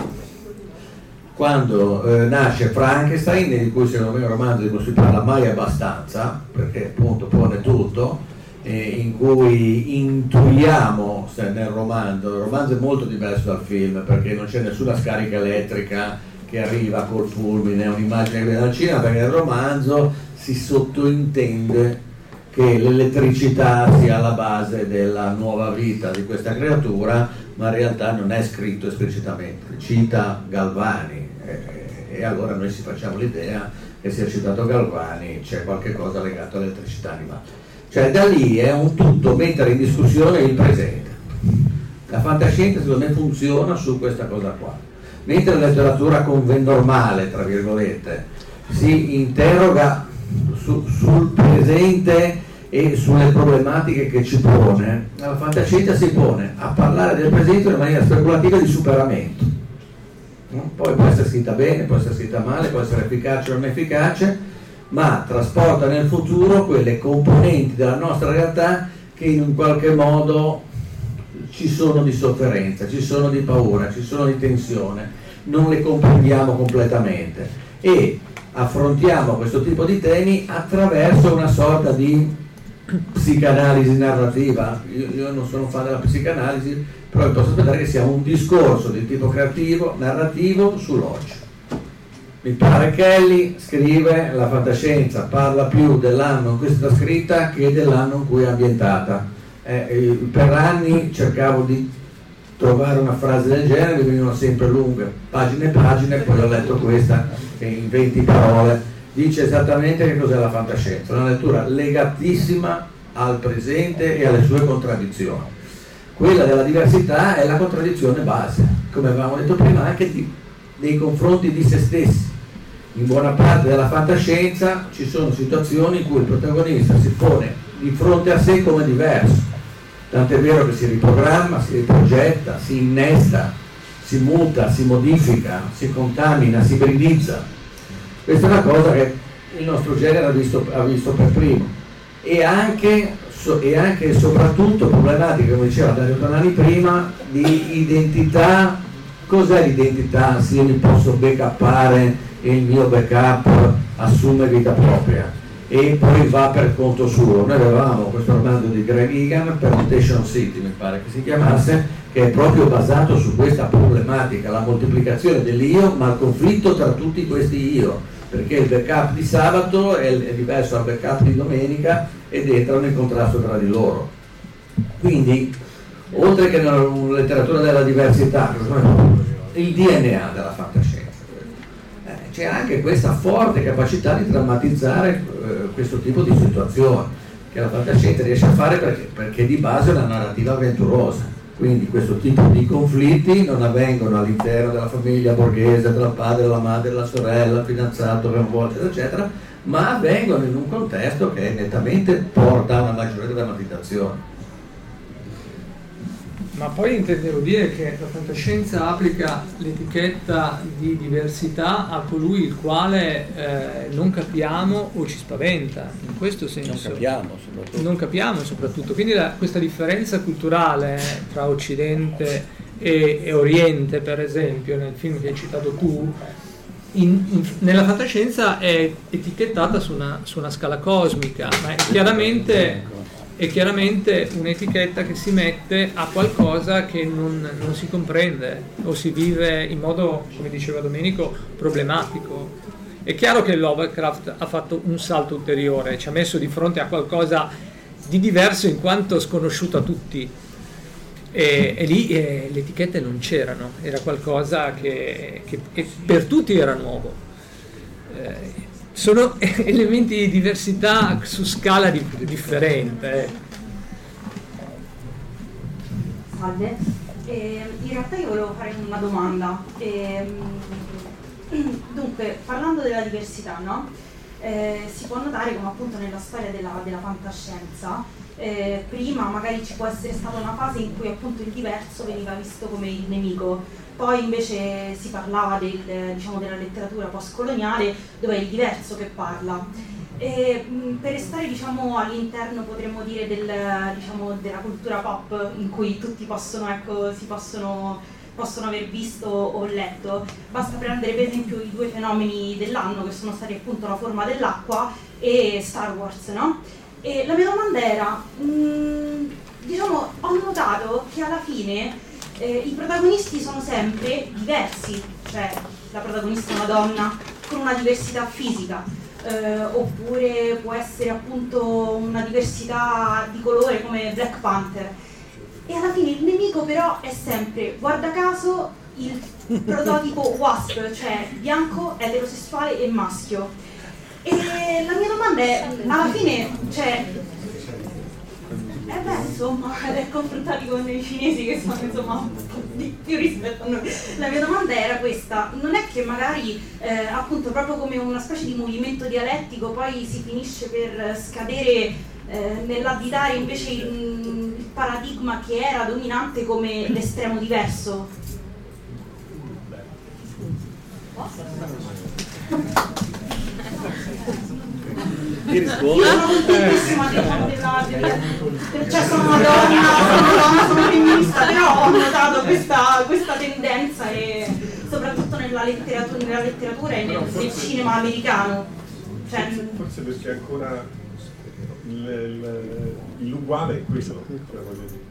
Quando eh, nasce Frankenstein, di cui secondo me è un romanzo di cui si parla mai abbastanza, perché appunto pone tutto, in cui intuiamo nel romanzo, il romanzo è molto diverso dal film perché non c'è nessuna scarica elettrica che arriva col fulmine, è un'immagine che viene dal cinema, perché nel romanzo si sottointende che l'elettricità sia alla base della nuova vita di questa creatura, ma in realtà non è scritto esplicitamente, cita Galvani e, e allora noi ci facciamo l'idea che sia citato Galvani, c'è qualche cosa legato all'elettricità animale. Cioè da lì è un tutto mettere in discussione il presente. La fantascienza secondo me funziona su questa cosa qua. Mentre la letteratura convenzionale, tra virgolette, si interroga su, sul presente e sulle problematiche che ci pone, la fantascienza si pone a parlare del presente in maniera speculativa di superamento. Poi può essere scritta bene, può essere scritta male, può essere efficace o non efficace, ma trasporta nel futuro quelle componenti della nostra realtà che in un qualche modo ci sono di sofferenza, ci sono di paura, ci sono di tensione, non le comprendiamo completamente e affrontiamo questo tipo di temi attraverso una sorta di psicanalisi narrativa. Io, io non sono un fan della psicanalisi, però vi posso aspettare che sia un discorso di tipo creativo, narrativo sull'oggi. Mi pare Kelly scrive la fantascienza parla più dell'anno in cui è stata scritta che dell'anno in cui è ambientata. Eh, per anni cercavo di trovare una frase del genere, mi venivano sempre lunghe, pagine e pagine, poi ho letto questa che in venti parole dice esattamente che cos'è la fantascienza, una lettura legatissima al presente e alle sue contraddizioni. Quella della diversità è la contraddizione base, come avevamo detto prima, anche di, nei confronti di se stessi. In buona parte della fantascienza ci sono situazioni in cui il protagonista si pone di fronte a sé come diverso, tant'è vero che si riprogramma, si riprogetta, si innesta, si muta, si modifica, si contamina, si ibridizza. Questa è una cosa che il nostro genere ha visto, ha visto per primo e anche, so, e anche e soprattutto problematica, come diceva Dario Tonani prima, di identità. Cos'è l'identità se io mi posso backuppare e il mio backup assume vita propria e poi va per conto suo? Noi avevamo questo romanzo di Greg Egan, Permutation City mi pare che si chiamasse, che è proprio basato su questa problematica, la moltiplicazione dell'io ma il conflitto tra tutti questi io, perché il backup di sabato è, è diverso dal backup di domenica ed entrano in contrasto tra di loro. Quindi oltre che nella letteratura della diversità, il D N A della fantascienza, eh, c'è anche questa forte capacità di drammatizzare eh, questo tipo di situazioni che la fantascienza riesce a fare perché, perché di base è una narrativa avventurosa, quindi questo tipo di conflitti non avvengono all'interno della famiglia borghese, della padre, della madre, della sorella, il fidanzato, eccetera, eccetera, ma avvengono in un contesto che nettamente porta a una maggiore drammatizzazione. Ma poi intendevo dire che la fantascienza applica l'etichetta di diversità a colui il quale eh, non capiamo o ci spaventa, in questo senso. Non capiamo soprattutto. Non capiamo soprattutto. Quindi la, questa differenza culturale tra Occidente e, e Oriente, per esempio, nel film che hai citato tu, in, in, nella fantascienza è etichettata su una, su una scala cosmica, ma è chiaramente... è chiaramente un'etichetta che si mette a qualcosa che non, non si comprende o si vive in modo, come diceva Domenico, problematico. È chiaro che Lovecraft ha fatto un salto ulteriore, ci ha messo di fronte a qualcosa di diverso in quanto sconosciuto a tutti, e, e lì eh, le etichette non c'erano, era qualcosa che, che, che per tutti era nuovo. Eh, sono elementi di diversità su scala di, differente. Salve, eh, in realtà io volevo fare una domanda. Eh, dunque, parlando della diversità, no? Eh, si può notare come appunto nella storia della, della fantascienza eh, prima magari ci può essere stata una fase in cui appunto il diverso veniva visto come il nemico. Poi invece si parlava del, diciamo, della letteratura postcoloniale, dove è il diverso che parla. E, mh, per restare diciamo, all'interno, potremmo dire, del, diciamo, della cultura pop, in cui tutti possono, ecco, si possono, possono aver visto o letto, basta prendere per esempio i due fenomeni dell'anno, che sono stati appunto La forma dell'acqua e Star Wars, no? E la mia domanda era, mh, diciamo, ho notato che alla fine Eh, i protagonisti sono sempre diversi, cioè la protagonista è una donna con una diversità fisica, eh, oppure può essere appunto una diversità di colore come Black Panther, e alla fine il nemico però è sempre, guarda caso, il prototipo Wasp, cioè bianco, eterosessuale e maschio. E la mia domanda è, alla fine, cioè, Eh beh, insomma, confrontati con i cinesi che sono insomma un po' di più rispetto a noi. La mia domanda era questa: non è che magari eh, appunto proprio come una specie di movimento dialettico poi si finisce per scadere eh, nell'additare invece il, il paradigma che era dominante come l'estremo diverso? Io sono contentissima diciamo, della, della, cioè sono una donna, sono una donna, sono femminista, però ho notato questa, questa tendenza, e soprattutto nella letteratura, nella letteratura e nel, nel cinema americano. Cioè, forse perché ancora il, il, l'uguale è quello, cioè, voglio dire.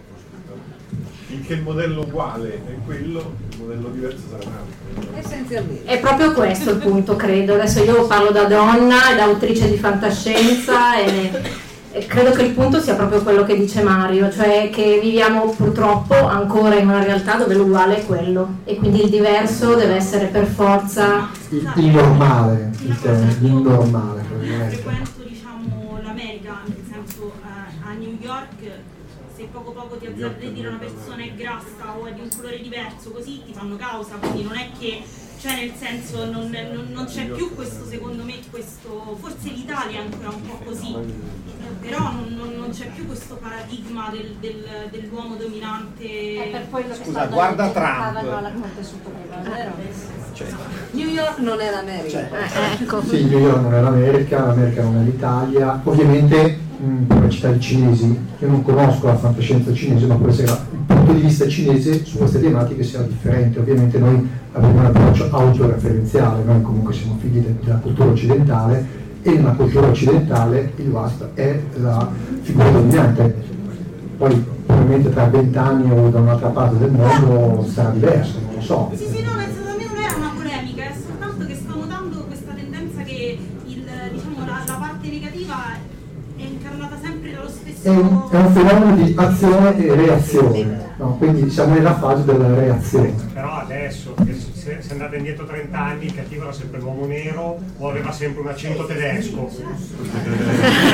Finché il modello uguale è quello, il modello diverso sarà un altro. Essenzialmente. È proprio questo il punto, credo. Adesso io parlo da donna e da autrice di fantascienza e, e credo che il punto sia proprio quello che dice Mario, cioè che viviamo purtroppo ancora in una realtà dove l'uguale è quello e quindi il diverso deve essere per forza il, il normale, il, il normale. Frequento diciamo l'America, nel senso uh, a New York. Se poco poco ti azzardi a dire una persona è grassa o è di un colore diverso, così ti fanno causa, quindi non è che, cioè nel senso non, non, non c'è più questo, secondo me, questo, forse l'Italia è ancora un po' così, però non, non, non c'è più questo paradigma del, del, dell'uomo dominante. È per quello che Scusa, guarda Trump. alla Conte Superiore, vero? Cioè, New York non è l'America. Cioè, eh, ecco. Sì, New York non è l'America, l'America non è l'Italia. Ovviamente per citare i cinesi, io non conosco la fantascienza cinese, ma può essere il punto di vista cinese su queste tematiche sia differente. Ovviamente noi abbiamo un approccio autoreferenziale, noi comunque siamo figli de- della cultura occidentale, e nella cultura occidentale il Wasp è la figura dominante. Poi probabilmente tra vent'anni o da un'altra parte del mondo sarà diverso, non lo so. Sì, sì, no, nel senso, a me non era una polemica, è soltanto che sto notando questa tendenza che il, diciamo, la, la parte negativa è incarnata sempre dallo stesso. È un, è un fenomeno di azione e reazione, no? Quindi siamo nella fase della reazione. Però adesso, se, se andate indietro trenta anni, il cattivo era sempre l'uomo nero o aveva sempre un accento tedesco.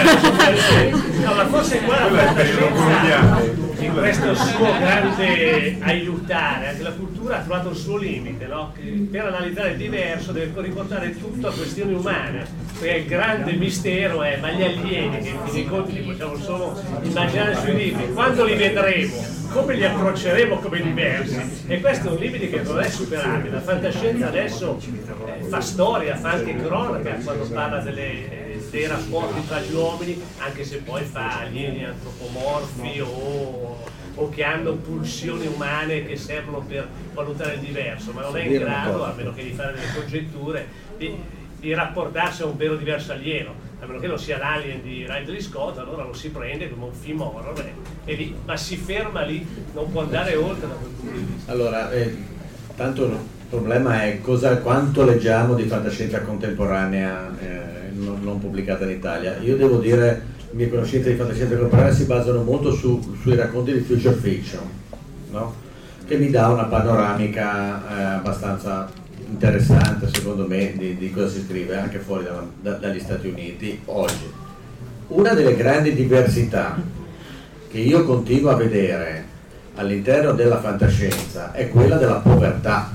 No, ma forse qua la fantascienza, in questo suo grande aiutare, anche la cultura ha trovato il suo limite, no? Che per analizzare il diverso deve riportare tutto a questioni umane, perché il grande mistero è ma gli alieni, che in fin dei conti li possiamo solo immaginare sui libri, quando li vedremo, come li approcceremo come diversi, e questo è un limite che non è superabile. La fantascienza adesso eh, fa storia, fa anche cronaca quando parla delle dei rapporti tra gli uomini, anche se poi fa alieni antropomorfi o, o che hanno pulsioni umane che servono per valutare il diverso, ma non è in grado, a meno che di fare delle congetture, di, di rapportarsi a un vero diverso alieno, a meno che non sia l'alien di Ridley Scott, allora lo si prende come un film horror e lì, ma si ferma lì, non può andare oltre da quel punto di vista. Allora, eh, tanto il problema è cosa, quanto leggiamo di fantascienza contemporanea eh, non, non pubblicata in Italia. Io devo dire, le mie conoscenze di fantascienza contemporanea si basano molto su, sui racconti di future fiction, no? Che mi dà una panoramica eh, abbastanza interessante, secondo me, di, di cosa si scrive anche fuori da, da, dagli Stati Uniti oggi. Una delle grandi diversità che io continuo a vedere all'interno della fantascienza è quella della povertà.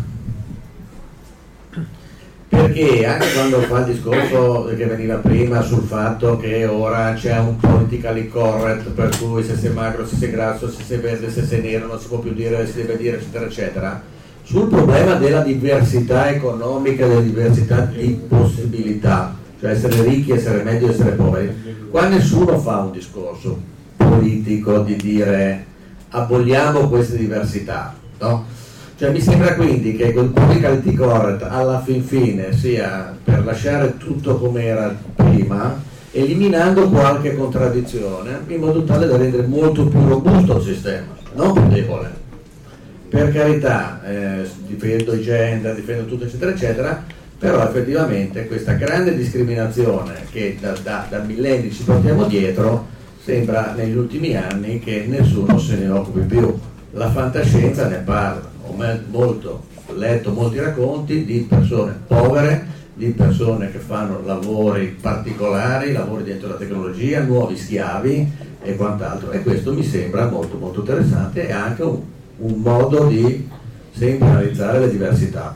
Perché anche quando fa il discorso che veniva prima sul fatto che ora c'è un politically correct, per cui se sei magro, se sei grasso, se sei verde, se sei nero non si può più dire, si deve dire, eccetera eccetera, sul problema della diversità economica, della diversità di possibilità, cioè essere ricchi, essere meglio, essere poveri, qua nessuno fa un discorso politico di dire aboliamo queste diversità, no? Cioè, mi sembra quindi che quel politically correct alla fin fine sia per lasciare tutto come era prima, eliminando qualche contraddizione, in modo tale da rendere molto più robusto il sistema, non più debole. Per carità, eh, difendo i gender, difendo tutto eccetera eccetera, però effettivamente questa grande discriminazione che da, da, da millenni ci portiamo dietro, sembra negli ultimi anni che nessuno se ne occupi più. La fantascienza ne parla. Ho molto, ho letto molti racconti di persone povere, di persone che fanno lavori particolari, lavori dentro la tecnologia, nuovi schiavi e quant'altro, e questo mi sembra molto molto interessante e anche un, un modo di sempre analizzare le diversità.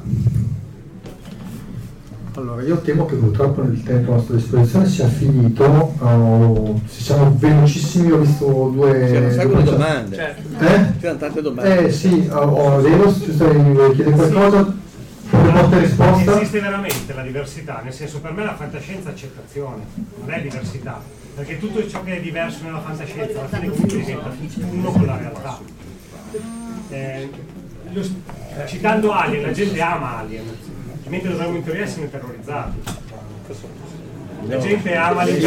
Allora, io temo che purtroppo il tempo a nostra disposizione sia finito, uh, siamo velocissimi, ho visto due... C'erano un sacco di domande, certo. eh? C'erano tante domande. Eh sì, ho, ho Leo, se vuoi chiedere qualcosa, proposta e risposta. Esiste veramente la diversità, nel senso, per me la fantascienza è accettazione, non è diversità, perché tutto ciò che è diverso nella fantascienza alla fine comunque diventa uno con la realtà. Eh, lo, citando Alien, la gente ama Alien, mentre dovremmo in teoria essere terrorizzati. La gente ama le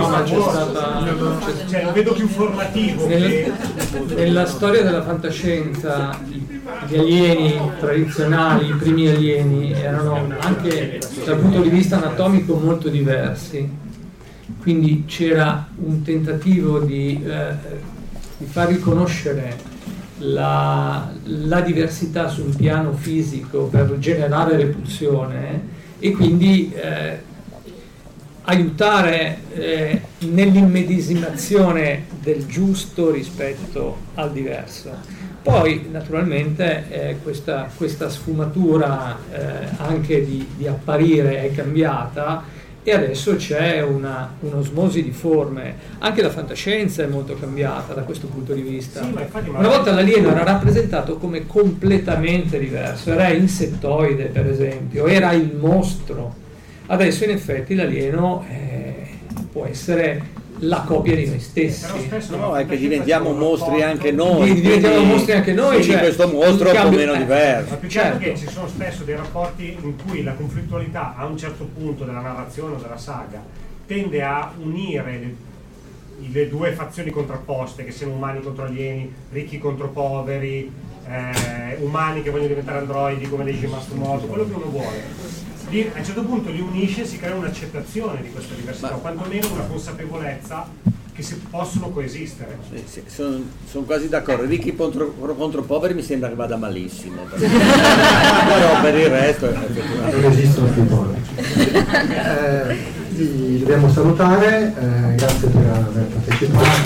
cioè lo vedo più formativo. Nel, che... Nella storia della fantascienza gli alieni tradizionali, i primi alieni, erano anche dal punto di vista anatomico molto diversi, quindi c'era un tentativo di, eh, di far riconoscere La, la diversità sul piano fisico per generare repulsione e quindi eh, aiutare eh, nell'immedesimazione del giusto rispetto al diverso. Poi naturalmente eh, questa, questa sfumatura eh, anche di, di apparire è cambiata e adesso c'è una, un'osmosi di forme. Anche la fantascienza è molto cambiata da questo punto di vista. Sì, ma infatti, ma una volta l'alieno era rappresentato come completamente diverso, era insettoide per esempio, era il mostro. Adesso in effetti l'alieno eh, può essere la copia di noi stessi. No, è che diventiamo mostri anche noi. Diventiamo quindi, mostri anche noi. Quindi cioè, questo mostro è un po' meno eh, diverso. Ma più che altro che ci sono spesso dei rapporti in cui la conflittualità a un certo punto della narrazione o della saga tende a unire le, le due fazioni contrapposte, che siano umani contro alieni, ricchi contro poveri, eh, umani che vogliono diventare androidi come legge Mastromoto, quello che uno vuole. Lì, a un certo punto li unisce e si crea un'accettazione di questa diversità, o quantomeno una consapevolezza che si possono coesistere. Sì, sì, sono, sono quasi d'accordo. Ricchi contro, contro poveri mi sembra che vada malissimo, però per il resto non esistono più poveri. Eh, vi dobbiamo salutare, eh, grazie per aver partecipato.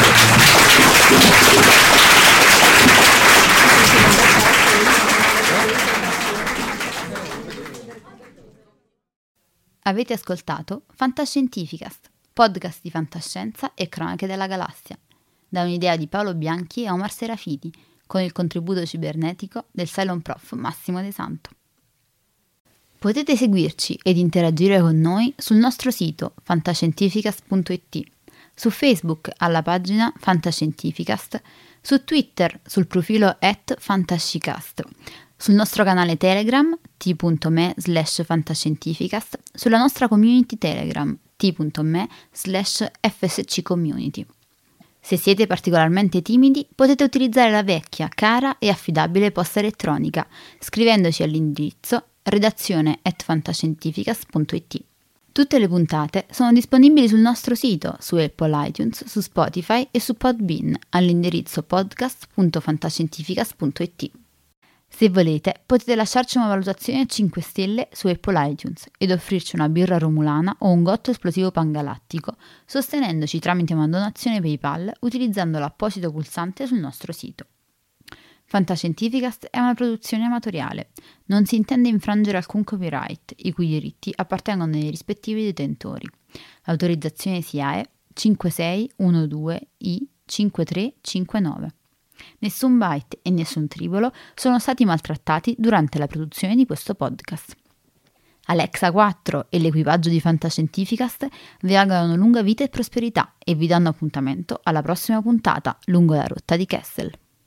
Avete ascoltato Fantascientificast, podcast di fantascienza e cronache della galassia, da un'idea di Paolo Bianchi e Omar Serafiti, con il contributo cibernetico del Cylon Prof Massimo De Santo. Potete seguirci ed interagire con noi sul nostro sito fantascientificast punto it, su Facebook alla pagina Fantascientificast, su Twitter sul profilo at fantascicast, sul nostro canale Telegram t.me slash fantascientificast, sulla nostra community Telegram t.me slash fsccommunity. Se siete particolarmente timidi, potete utilizzare la vecchia, cara e affidabile posta elettronica, scrivendoci all'indirizzo redazione at fantascientificast punto it. Tutte le puntate sono disponibili sul nostro sito, su Apple iTunes, su Spotify e su Podbean, all'indirizzo podcast punto fantascientificast punto it. Se volete, potete lasciarci una valutazione a cinque stelle su Apple iTunes ed offrirci una birra romulana o un gotto esplosivo pangalattico, sostenendoci tramite una donazione PayPal utilizzando l'apposito pulsante sul nostro sito. Fantascientificast è una produzione amatoriale. Non si intende infrangere alcun copyright, i cui diritti appartengono ai rispettivi detentori. L'autorizzazione S I A E cinque sei uno due I cinque tre cinque nove. Nessun byte e nessun tribolo sono stati maltrattati durante la produzione di questo podcast. Alexa quattro e l'equipaggio di Fantascientificast vi augurano lunga vita e prosperità e vi danno appuntamento alla prossima puntata lungo la rotta di Kessel.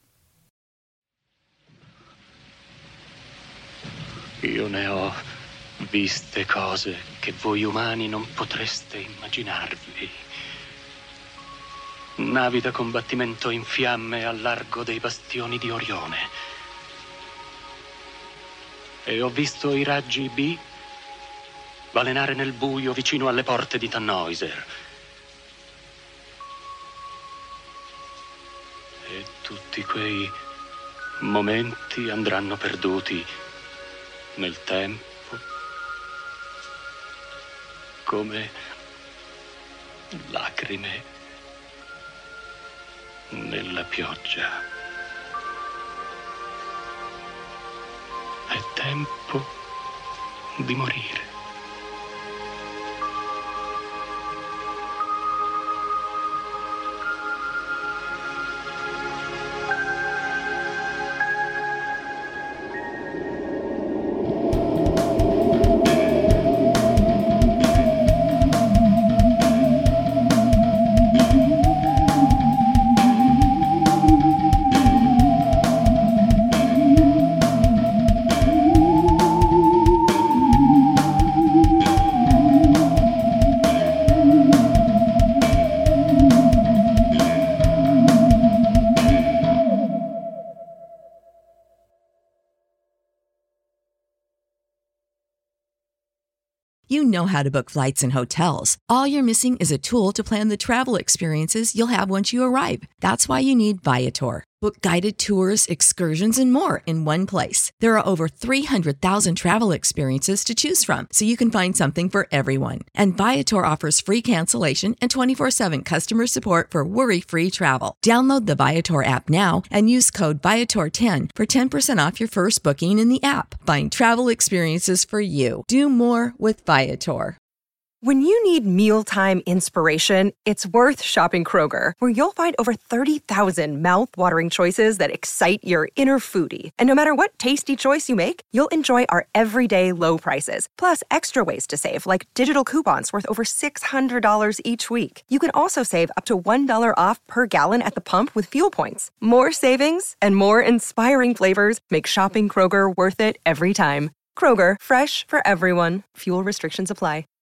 Io ne ho viste cose che voi umani non potreste immaginarvi. Navi da combattimento in fiamme al largo dei bastioni di Orione. E ho visto i raggi B balenare nel buio vicino alle porte di Tannhäuser. E tutti quei momenti andranno perduti nel tempo, come lacrime nella pioggia. È tempo di morire. You know how to book flights and hotels. All you're missing is a tool to plan the travel experiences you'll have once you arrive. That's why you need Viator. Book guided tours, excursions, and more in one place. There are over three hundred thousand travel experiences to choose from, so you can find something for everyone. And Viator offers free cancellation and twenty-four seven customer support for worry-free travel. Download the Viator app now and use code Viator ten for ten percent off your first booking in the app. Find travel experiences for you. Do more with Viator. When you need mealtime inspiration, it's worth shopping Kroger, where you'll find over thirty thousand mouth-watering choices that excite your inner foodie. And no matter what tasty choice you make, you'll enjoy our everyday low prices, plus extra ways to save, like digital coupons worth over six hundred dollars each week. You can also save up to one dollar off per gallon at the pump with fuel points. More savings and more inspiring flavors make shopping Kroger worth it every time. Kroger, fresh for everyone. Fuel restrictions apply.